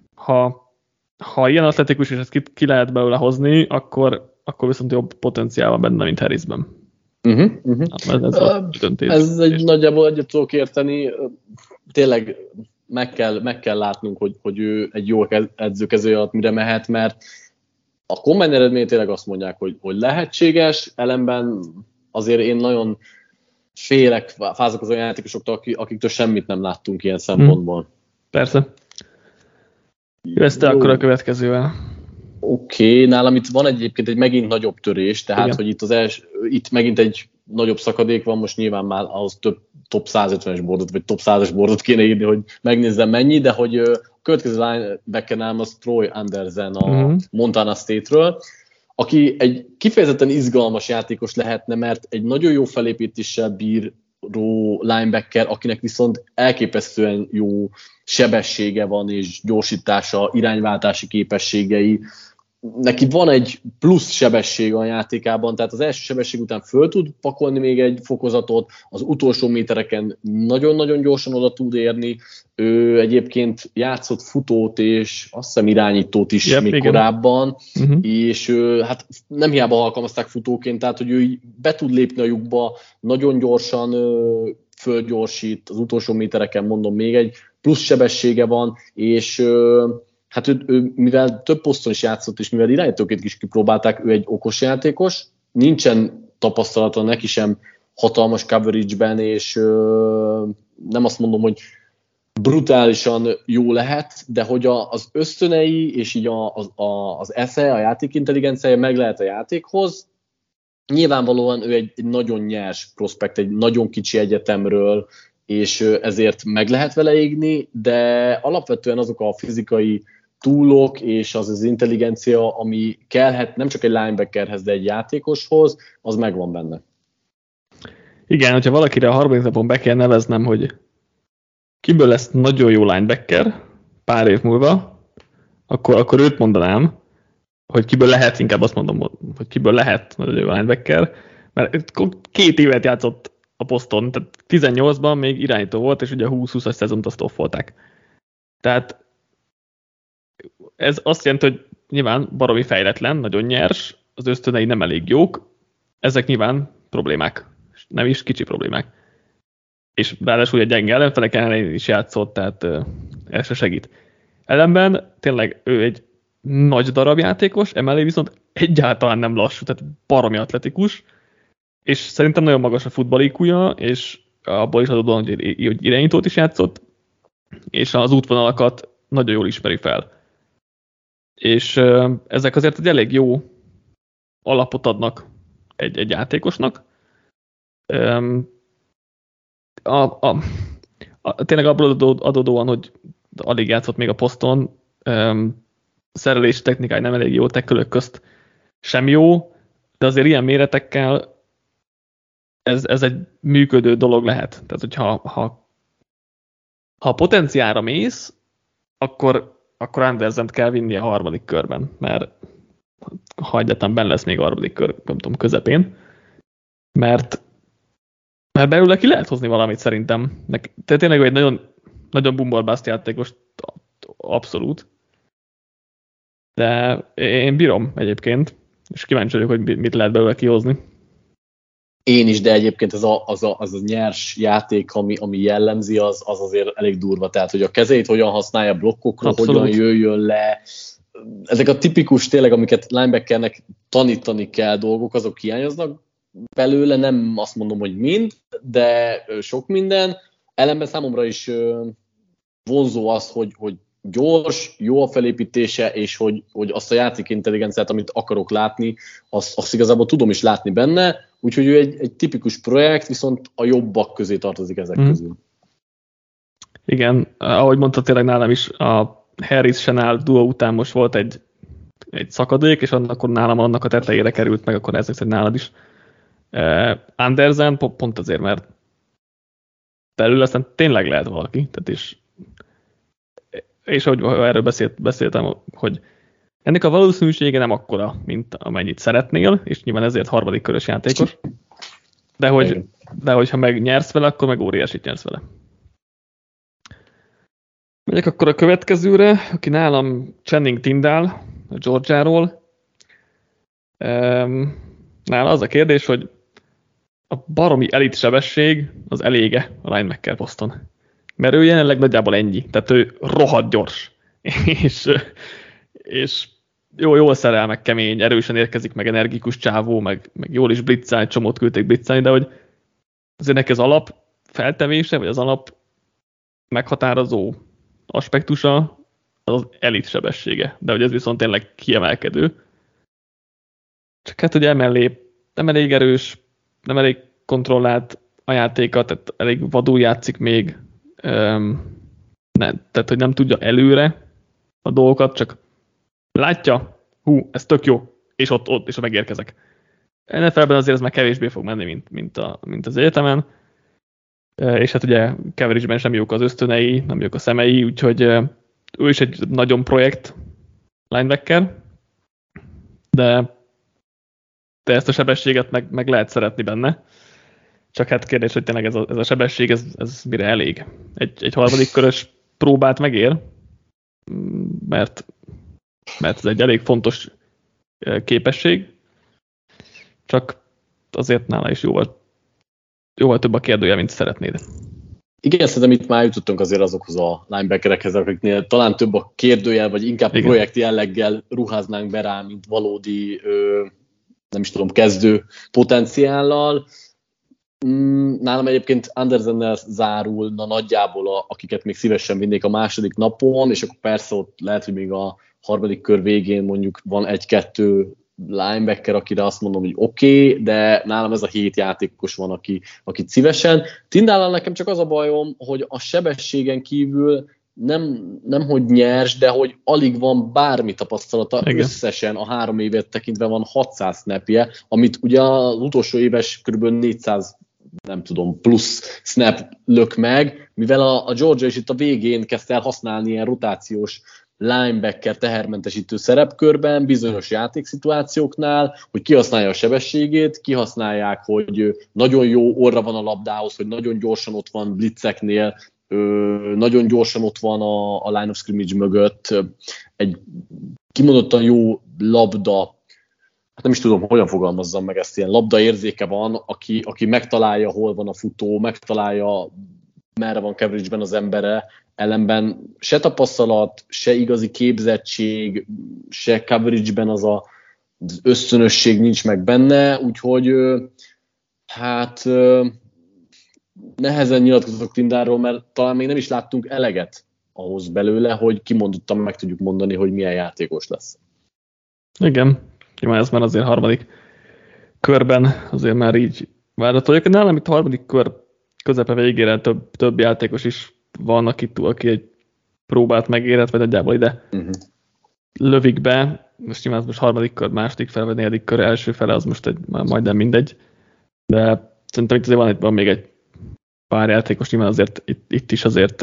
ha ilyen atletikus, és ezt ki lehet belőle hozni, akkor viszont jobb potenciál van benne, mint Harrisben. Ez egy nagyjából egyet tudok érteni. Tényleg meg kell látnunk, hogy ő egy jó edzőkező alatt mire mehet, mert a combine eredmény tényleg azt mondják, hogy lehetséges, ellenben azért én nagyon fázok az olyan játékosoktól, akiktől semmit nem láttunk ilyen szempontból. Persze. Jössz te akkor a következővel. Oké, nálam itt van egyébként egy megint nagyobb törés, tehát igen. Hogy itt megint egy nagyobb szakadék van, most nyilván már ahhoz több top 150-es bordot, vagy top 100-es bordot kéne írni, hogy megnézzem mennyi, de hogy a következő linebacker nálam az Troy Andersen a Montana State-ről, aki egy kifejezetten izgalmas játékos lehetne, mert egy nagyon jó felépítéssel bíró linebacker, akinek viszont elképesztően jó sebessége van, és gyorsítása, irányváltási képességei. neki van egy plusz sebesség a játékában, tehát az első sebesség után föl tud pakolni még egy fokozatot, az utolsó métereken nagyon-nagyon gyorsan oda tud érni. Ő egyébként játszott futót és azt hiszem irányítót is még igen. Korábban, és hát nem hiába alkalmazták futóként, tehát hogy ő be tud lépni a lyukba, nagyon gyorsan fölgyorsít, az utolsó métereken mondom még egy plusz sebessége van, és hát ő, mivel több poszton is játszott, és mivel irányítóként is kipróbálták, ő egy okos játékos, nincsen tapasztalata neki sem hatalmas coverage-ben, és nem azt mondom, hogy brutálisan jó lehet, de hogy az ösztönei, és így az esze, a játékintelligenciája meg lehet a játékhoz. Nyilvánvalóan ő egy nagyon nyers prospekt, egy nagyon kicsi egyetemről, és ezért meg lehet vele égni, de alapvetően azok a fizikai túlok és az intelligencia, ami kellhet nem csak egy linebackerhez, de egy játékoshoz, az megvan benne. Igen, hogyha valakire a harmadik napon be kell neveznem, hogy kiből lesz nagyon jó linebacker pár év múlva, akkor őt mondanám, hogy kiből lehet, inkább azt mondom, hogy kiből lehet nagyon jó linebacker, mert 2 évet játszott a poszton, tehát 18-ban még irányító volt, és ugye a 20-20-as szezont azt offolták. Tehát ez azt jelenti, hogy nyilván baromi fejletlen, nagyon nyers, az ösztönei nem elég jók, ezek nyilván problémák, nem is kicsi problémák. És ráadásul egy gyenge ellenfelek ellen is játszott, tehát ez se segít. Ellenben tényleg ő egy nagy darab játékos, emellé viszont egyáltalán nem lassú, tehát baromi atletikus, és szerintem nagyon magas a futball IQ-ja, és abból is adódóan, hogy irányítót is játszott, és az útvonalakat nagyon jól ismeri fel. És ezek azért egy elég jó alapot adnak egy játékosnak. Tényleg abból adódóan, hogy alig játszott még a poszton, szerelés technikája nem elég jó, tekölök közt sem jó, de azért ilyen méretekkel ez egy működő dolog lehet. Tehát, hogyha ha a potenciálra mész, akkor Andersent kell vinni a harmadik körben, mert ha egyáltalán benne lesz még a harmadik kör, nem tudom, közepén, mert belőle ki lehet hozni valamit szerintem. Tehát tényleg egy nagyon, nagyon bumborbászt játékos, abszolút. De én bírom egyébként, és kíváncsi vagyok, hogy mit lehet belőle kihozni. Én is, de egyébként az a nyers játék, ami jellemzi, az azért elég durva. Tehát, hogy a kezeit hogyan használja blokkokra, abszolút. Hogyan jöjjön le. Ezek a tipikus tényleg, amiket linebackernek tanítani kell dolgok, azok hiányoznak belőle, nem azt mondom, hogy mind, de sok minden. Ellenben számomra is vonzó az, hogy gyors, jó a felépítése, és hogy azt a játékintelligenciát, amit akarok látni, azt igazából tudom is látni benne, úgyhogy ő egy tipikus projekt, viszont a jobbak közé tartozik ezek közül. Igen, ahogy mondta, tényleg nálam is a Harris-Chenal duo után most volt egy szakadék, és akkor nálam annak a tetejére került meg, akkor ezek szerint nálad is. Andersen pont azért, mert belül aztán tényleg lehet valaki, tehát és ahogy erről beszéltem, hogy ennek a valószínűsége nem akkora, mint amennyit szeretnél, és nyilván ezért harmadik körös játékos, de hogyha meg nyersz vele, akkor meg óriásit nyersz vele. Megyek akkor a következőre, aki nálam Channing Tindall, a Georgiáról. Nála az a kérdés, hogy a baromi elit sebesség az elége a linebacker poszton. Mert ő jelenleg nagyjából ennyi, tehát ő rohadt gyors, és jól szerel, meg kemény, erősen érkezik, meg energikus csávó, meg jól is blitzál, csomót küldték blitzelni, de hogy azért neki az alap feltevése, vagy az alap meghatározó aspektusa az elit sebessége, de hogy ez viszont tényleg kiemelkedő. Csak hát ugye emellé nem elég erős, nem elég kontrollált a játéka, tehát elég vadul játszik még, tehát hogy nem tudja előre a dolgokat, csak látja, ez tök jó, és ott és megérkezek. NFL-ben azért ez már kevésbé fog menni, mint az egyetemen, és hát ugye coverage-ben sem jók az ösztönei, nem jók a szemei, úgyhogy ő is egy nagyon projekt linebacker, de ezt a sebességet meg lehet szeretni benne. Csak hát kérdés, hogy tényleg ez a sebesség, ez mire elég? Egy harmadik körös próbát megér, mert ez egy elég fontos képesség, csak azért nála is jóval több a kérdője, mint szeretnéd. Igen, szerintem itt már jutottunk azért azokhoz a linebackerekhez, akiknél talán több a kérdőjel, vagy inkább projekt jelleggel ruháznánk be rá, mint valódi, nem is tudom, kezdő potenciállal. Nálam egyébként Andersennel zárulna nagyjából, akiket még szívesen vinnék a második napon, és akkor persze ott lehet, hogy még a harmadik kör végén mondjuk van egy-kettő linebacker, akire azt mondom, hogy oké, de nálam ez a 7 játékos van, akit szívesen. Tindállal nekem csak az a bajom, hogy a sebességen kívül nem hogy nyers, de hogy alig van bármi tapasztalata. Igen. Összesen a 3 évet tekintve van 600 snapje, amit ugye az utolsó éves kb. 400 nem tudom, plusz snap lök meg, mivel a Georgia is itt a végén kezdte el használni ilyen rotációs linebacker tehermentesítő szerepkörben, bizonyos játékszituációknál, hogy kihasználja a sebességét, kihasználják, hogy nagyon jó orra van a labdához, hogy nagyon gyorsan ott van blitzeknél, nagyon gyorsan ott van a line of scrimmage mögött, egy kimondottan jó labda, hát nem is tudom, hogyan fogalmazzam meg ezt, ilyen labda érzéke van, aki megtalálja, hol van a futó, megtalálja, merre van coverage-ben az embere, ellenben se tapasztalat, se igazi képzettség, se coverage-ben az ösztönösség nincs meg benne, úgyhogy hát nehezen nyilatkozok Tindáról, mert talán még nem is láttunk eleget ahhoz belőle, hogy kimondottan meg tudjuk mondani, hogy milyen játékos lesz. Igen, ez már azért harmadik körben azért már így várható. Nálam itt a harmadik kör közepe végére több játékos is van, aki egy próbát megérhet, vagy nagyjából ide lövik be. Most nyilván most harmadik kör, második fel, vagy negyedik kör, első fele, az most majdnem mindegy. De szerintem itt azért van még egy pár játékos, nyilván azért itt is azért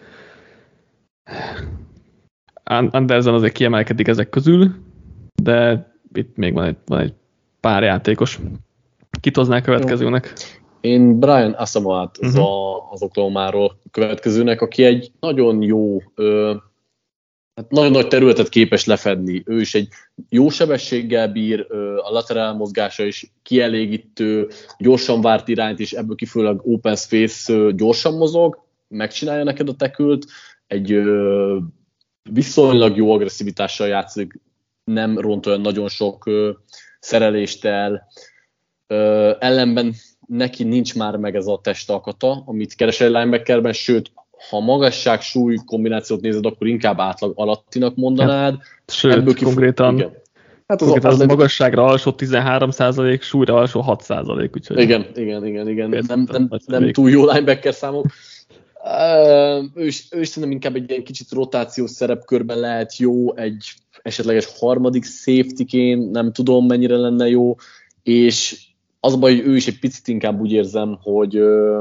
Anderson azért kiemelkedik ezek közül, de itt még van egy pár játékos. Kit hoznál következőnek? Én Brian Asamoah-t az Oklahomáról következőnek, aki egy nagyon jó, nagyon nagy területet képes lefedni. Ő is egy jó sebességgel bír, a lateral mozgása is kielégítő, gyorsan várt irányt, és ebből kifolyólag open space gyorsan mozog, megcsinálja neked a tekült, egy viszonylag jó agresszivitással játszik, nem ront olyan nagyon sok szerelést el, ellenben neki nincs már meg ez a testalkata, amit keres egy linebackerben, sőt, ha magasság-súly kombinációt nézed, akkor inkább átlag alattinak mondanád. Sőt, konkrétan, igen. Hát az magasságra alsó 13%, súlyra alsó 6%. Úgyhogy igen. Nem túl jó linebacker számok. Ő is szerintem inkább egy ilyen kicsit rotációs szerepkörben lehet jó, egy esetleges harmadik safety-ként, nem tudom mennyire lenne jó, és az a baj, hogy ő is egy picit inkább úgy érzem, hogy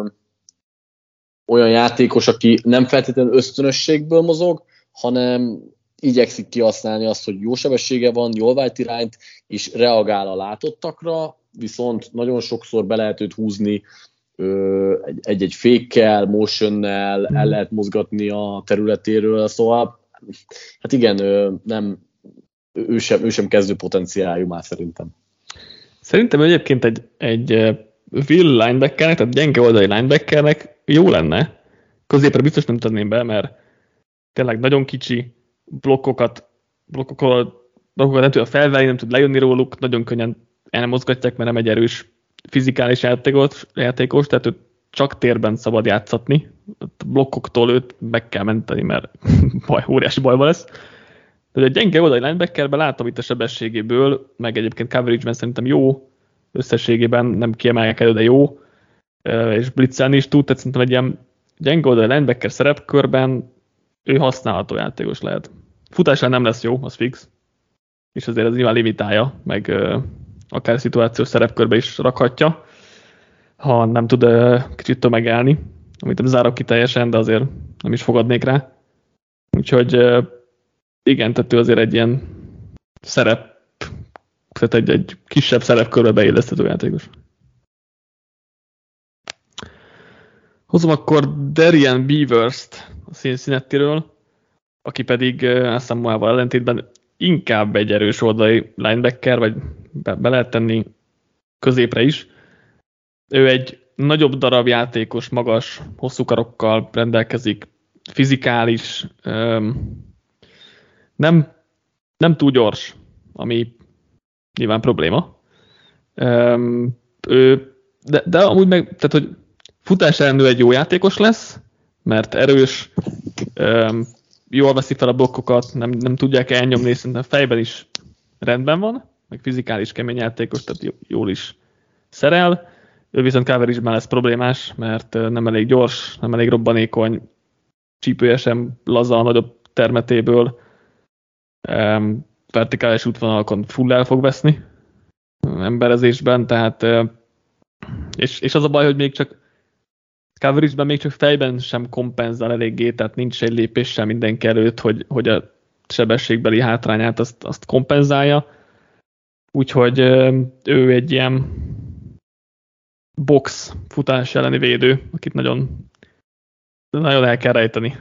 olyan játékos, aki nem feltétlenül ösztönösségből mozog, hanem igyekszik kihasználni azt, hogy jó sebessége van, jól vált irányt, és reagál a látottakra, viszont nagyon sokszor be lehet őt húzni egy fékkel, motionnel, el lehet mozgatni a területéről, szóval hát igen, ő sem kezdő potenciáljú már szerintem. Szerintem egyébként egy will linebackernek, tehát gyenge oldali linebackernek jó lenne. Középre biztos nem tenném be, mert tényleg nagyon kicsi blokkokat nem tud felvenni, nem tud lejönni róluk, nagyon könnyen elmozgatják, mert nem egy erős fizikális játékos, tehát őt csak térben szabad játszatni. A blokkoktól őt meg kell menteni, mert óriási bajba lesz. De egy gyenge oldali linebackerben látom itt a sebességéből, meg egyébként coverage-ben szerintem jó, összességében nem kiemelkedő, de jó, és blitzelni is tud, tehát szerintem egy ilyen gyenge oldali linebacker szerepkörben ő használható játékos lehet. Futásán nem lesz jó, az fix, és azért ez nyilván limitálja, meg akár szituációs szerepkörbe is rakhatja, ha nem tud kicsit tömegelni, amit nem zárok ki teljesen, de azért nem is fogadnék rá. Úgyhogy igen, tehát ő azért egy ilyen tehát egy kisebb szerepkörbe beilleszthető játékos. Hozom akkor Darian Beavers-t a Cincinnatiről, aki pedig Asamoah-val ellentétben inkább egy erős oldali linebacker, vagy be lehet tenni középre is. Ő egy nagyobb darab játékos, magas, hosszú karokkal rendelkezik, fizikális, nem túl gyors, ami nyilván probléma. De amúgy meg, tehát, hogy futás ellen egy jó játékos lesz, mert erős, jól veszi fel a blokkokat, nem tudják elnyomni, szerintem fejben is rendben van, meg fizikális kemény játékos, tehát jól is szerel. Ő viszont coverage-ben lesz problémás, mert nem elég gyors, nem elég robbanékony, csípője sem laza a nagyobb termetéből, vertikális útvonalakon full el fog veszni emberezésben, tehát és az a baj, hogy még csak coverage-ben még csak fejben sem kompenzál eléggé, tehát nincs egy lépés sem mindenki előtt, hogy a sebességbeli hátrányát azt kompenzálja. Úgyhogy ő egy ilyen box futás elleni védő, akit nagyon el kell rejteni.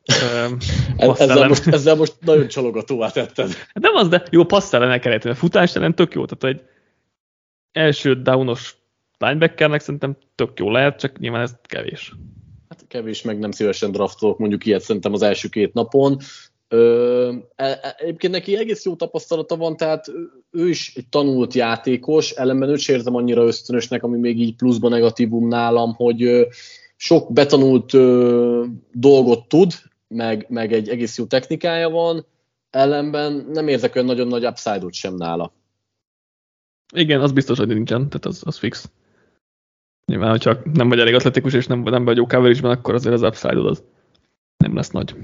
Ezzel most nagyon csalogatóvá tetted. Nem az, de jó, passz ellen el kell rejteni. A futás ellen tök jó, tehát egy első downos linebackernek szerintem tök jó lehet, csak nyilván ez kevés. Hát kevés, meg nem szívesen draftolok mondjuk ilyet szerintem az első 2 napon. Egyébként neki egész jó tapasztalata van, tehát ő is egy tanult játékos, ellenben őt sem érzem annyira ösztönösnek, ami még így pluszban negatívum nálam, hogy sok betanult dolgot tud, meg egy egész jó technikája van, ellenben nem érzek olyan nagyon nagy upside-ot sem nála. Igen, az biztos, hogy nincsen, tehát az fix. Nyilván, hogyha nem vagy elég atletikus, és nem vagy jó coverage-ben, akkor azért az upside-od az nem lesz nagy.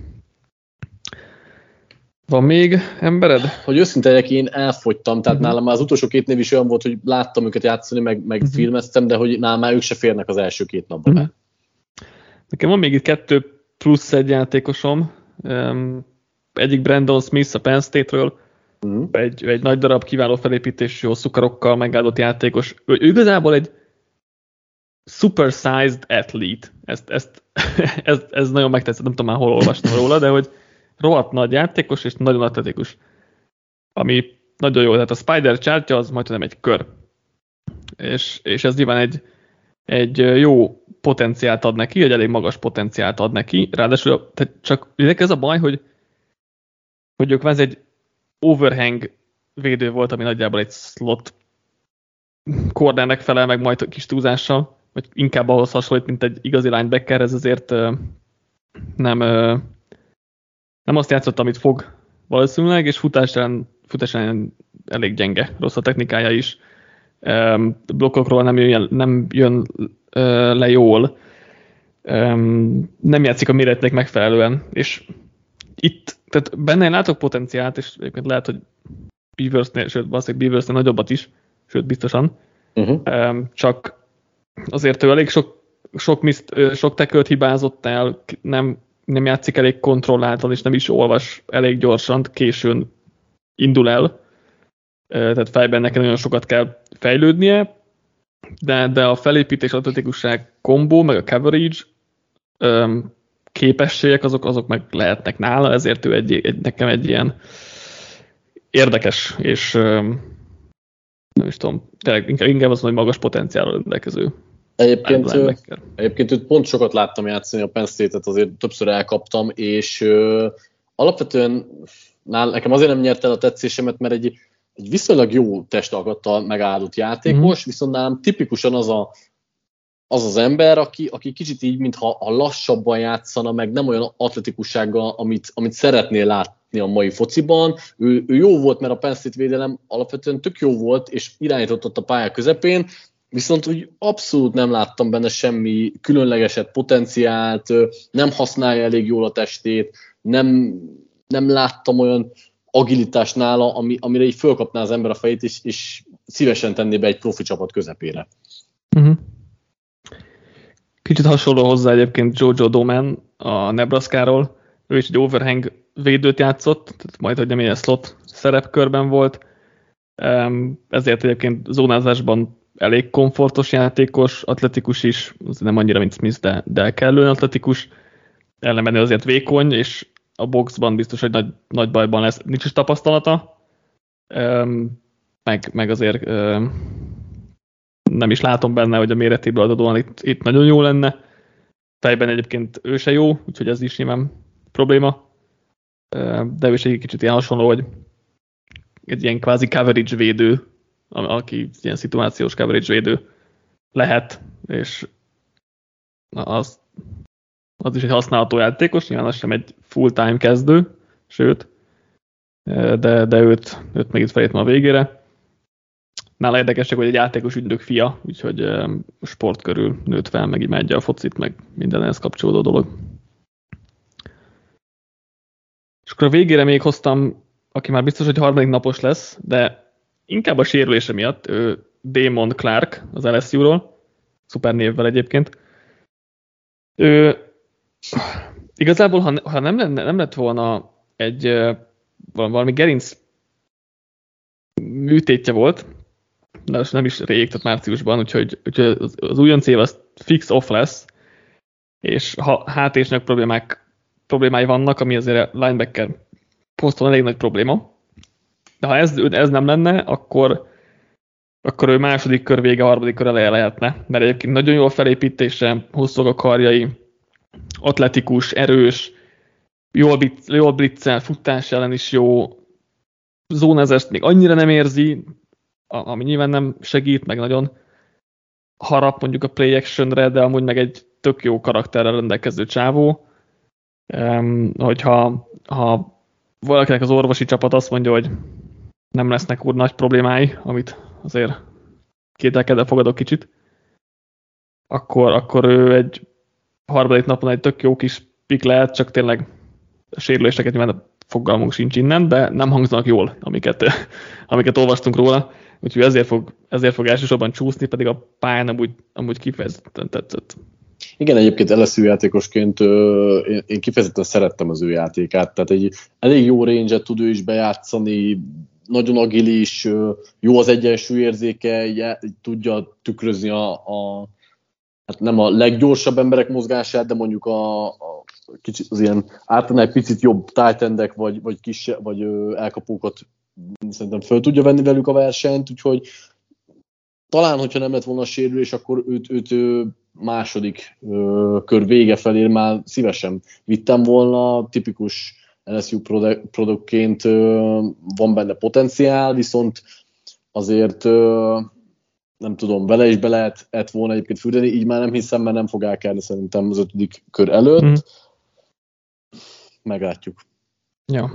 Van még embered? Hogy őszinte legyek, én elfogytam, tehát nálam már az utolsó 2 név is olyan volt, hogy láttam őket játszani, meg filmeztem, de hogy nálam már ők se férnek az első 2 napban. Nekem van még itt 2 plusz egy játékosom. Egyik Brandon Smith a Penn State-ről, egy nagy darab, kiváló felépítésű, hosszú karokkal megáldott játékos. Ő igazából egy super-sized athlete. Ez nagyon megtetszett, nem tudom már hol olvastam róla, de hogy rohadt nagy játékos és nagyon atletikus. Ami nagyon jó, tehát a Spider chartja az majdnem egy kör. És ez nyilván egy jó potenciált ad neki, egy elég magas potenciált ad neki. Ráadásul tehát csak ez a baj, hogy ők egy overhang védő volt, ami nagyjából egy slot cornernek felel meg majd kis túlzással, vagy inkább ahhoz hasonlít, mint egy igazi linebacker, ez azért nem azt játszott, amit fog valószínűleg, és futás ellen elég gyenge, rossz a technikája is. Blokkokról nem jön le jól, nem játszik a méretnek megfelelően, és itt, tehát benne én látok potenciált, és egyébként lehet, hogy Beaversnél, sőt, valószínűleg Beaversnél nagyobbat is, sőt, biztosan. Csak azért ő elég sok tackle-t hibázott el, nem játszik elég kontrolláltan, és nem is olvas elég gyorsan, későn indul el. Tehát fejben neki nagyon sokat kell fejlődnie, de a felépítés, atletikusság kombó, meg a coverage képességek, azok meg lehetnek nála, ezért ő nekem egy ilyen érdekes, és nem is tudom, tényleg inkább az, hogy magas potenciálra rendelkező. Egyébként őt pont sokat láttam játszani a Penn State-et, azért többször elkaptam, és alapvetően nekem azért nem nyert el a tetszésemet, mert egy viszonylag jó testalkattal megáldott játékos, viszont nálam tipikusan az ember, aki kicsit így, mintha lassabban játszana, meg nem olyan atletikussággal, amit szeretnél látni a mai fociban. Ő jó volt, mert a Penn State védelem alapvetően tök jó volt, és irányított ott a pálya közepén, viszont úgy abszolút nem láttam benne semmi különlegeset, potenciált, nem használja elég jól a testét, nem láttam olyan agilitást nála, amire így fölkapná az ember a fejét, és szívesen tenné be egy profi csapat közepére. Kicsit hasonló hozzá egyébként Jojo Doman a Nebraskáról. Ő is egy overhang védőt játszott, tehát majd, hogy nem ilyen slot szerepkörben volt. Ezért egyébként zónázásban elég komfortos játékos, atletikus is, nem annyira, mint Smith, de kellően atletikus, ellenben azért vékony, és a boxban biztos, hogy nagy bajban lesz. Nincs is tapasztalata, meg azért nem is látom benne, hogy a méretéből adódóan itt nagyon jó lenne. Fejben egyébként ő se jó, úgyhogy ez is nyilván probléma. De ő is egy kicsit ilyen hasonló, hogy egy ilyen kvázi coverage védő, aki ilyen szituációs coverage védő lehet, és az is egy használható játékos, nyilván az sem egy full-time kezdő, sőt, de őt meg itt felírtam a végére. Nála érdekesek, hogy egy játékos ügynök fia, úgyhogy sport körül nőtt fel, meg imádja a focit, meg minden ehhez kapcsolódó dolog. És akkor a végére még hoztam, aki már biztos, hogy harmadik napos lesz, de inkább a sérülése miatt, Damon Clark az LSU-ról, szuper névvel egyébként. Igazából, ha nem lett volna valami gerinc műtétje volt, de nem is rég, tehát márciusban, úgyhogy az újonc év az fix off lesz, és ha hátésnek problémái vannak, ami azért linebacker poszton elég nagy probléma, de ha ez nem lenne, akkor ő második kör vége, harmadik kör eleje lehetne, mert egyébként nagyon jó a felépítése, hosszúak a karjai, atletikus, erős, jól bliccel, futás ellen is jó, zónázást még annyira nem érzi, ami nyilván nem segít, meg nagyon harap mondjuk a play actionre, de amúgy meg egy tök jó karakterrel rendelkező csávó. Hogyha valakinek az orvosi csapat azt mondja, hogy nem lesznek úr nagy problémái, amit azért kételkedve fogadok kicsit, akkor ő egy harmadik napon egy tök jó kis pik lehet, csak tényleg a sérüléseket nyilván fogalmunk sincs innen, de nem hangzanak jól, amiket olvastunk róla. Úgyhogy ezért fog elsősorban csúszni, pedig a pályán amúgy kifejezetten tetszett. Igen, egyébként LSU játékosként én kifejezetten szerettem az ő játékát, tehát egy elég jó range-et tud ő is bejátszani, nagyon agilis, jó az egyensúlyérzéke, tudja tükrözni hát nem a leggyorsabb emberek mozgását, de mondjuk kicsit az ilyen általán egy picit jobb tight endek vagy kis vagy elkapókat szerintem föl tudja venni velük a versenyt, úgyhogy talán, hogyha nem lett volna a sérülés, akkor őt második kör vége felé már szívesen vittem volna. Tipikus LSU produktként van benne potenciál, viszont azért nem tudom, vele is be lehet volna egyébként fürdeni, így már nem hiszem, mert nem fog elkelni szerintem az 5. kör előtt. Meglátjuk. Ja.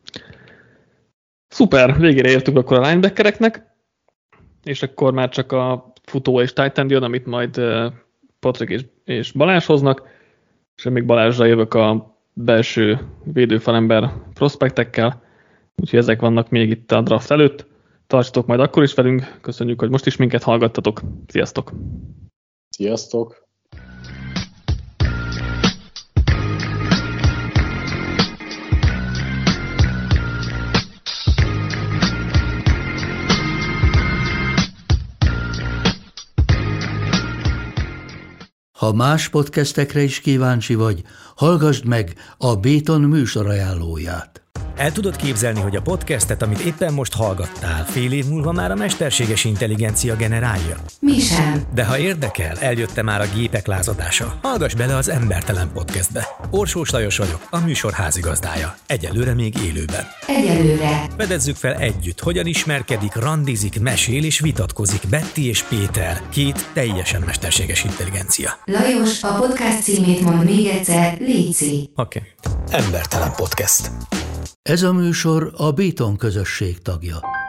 Szuper, végére értünk akkor a linebackereknek, és akkor már csak a futó és tight end jön, amit majd Patrik és Balázs hoznak, és én még Balázsra jövök a belső védőfalember prospektekkel, úgyhogy ezek vannak még itt a draft előtt. Tartsatok majd akkor is velünk, köszönjük, hogy most is minket hallgattatok. Sziasztok! Sziasztok! Ha más podcastekre is kíváncsi vagy, hallgassd meg a Béton műsor ajánlóját. El tudod képzelni, hogy a podcastet, amit éppen most hallgattál, fél év múlva már a mesterséges intelligencia generálja? Mi sem. De ha érdekel, eljött már a gépek lázadása. Hallgass bele az Embertelen Podcastbe. Orsós Lajos vagyok, a műsor házigazdája. Egyelőre még élőben. Egyelőre. Fedezzük fel együtt, hogyan ismerkedik, randizik, mesél és vitatkozik Betty és Péter, két teljesen mesterséges intelligencia. Lajos, a podcast címét mond még egyszer, léci. Oké. Embertelen Podcast. Ez a műsor a Béton közösség tagja.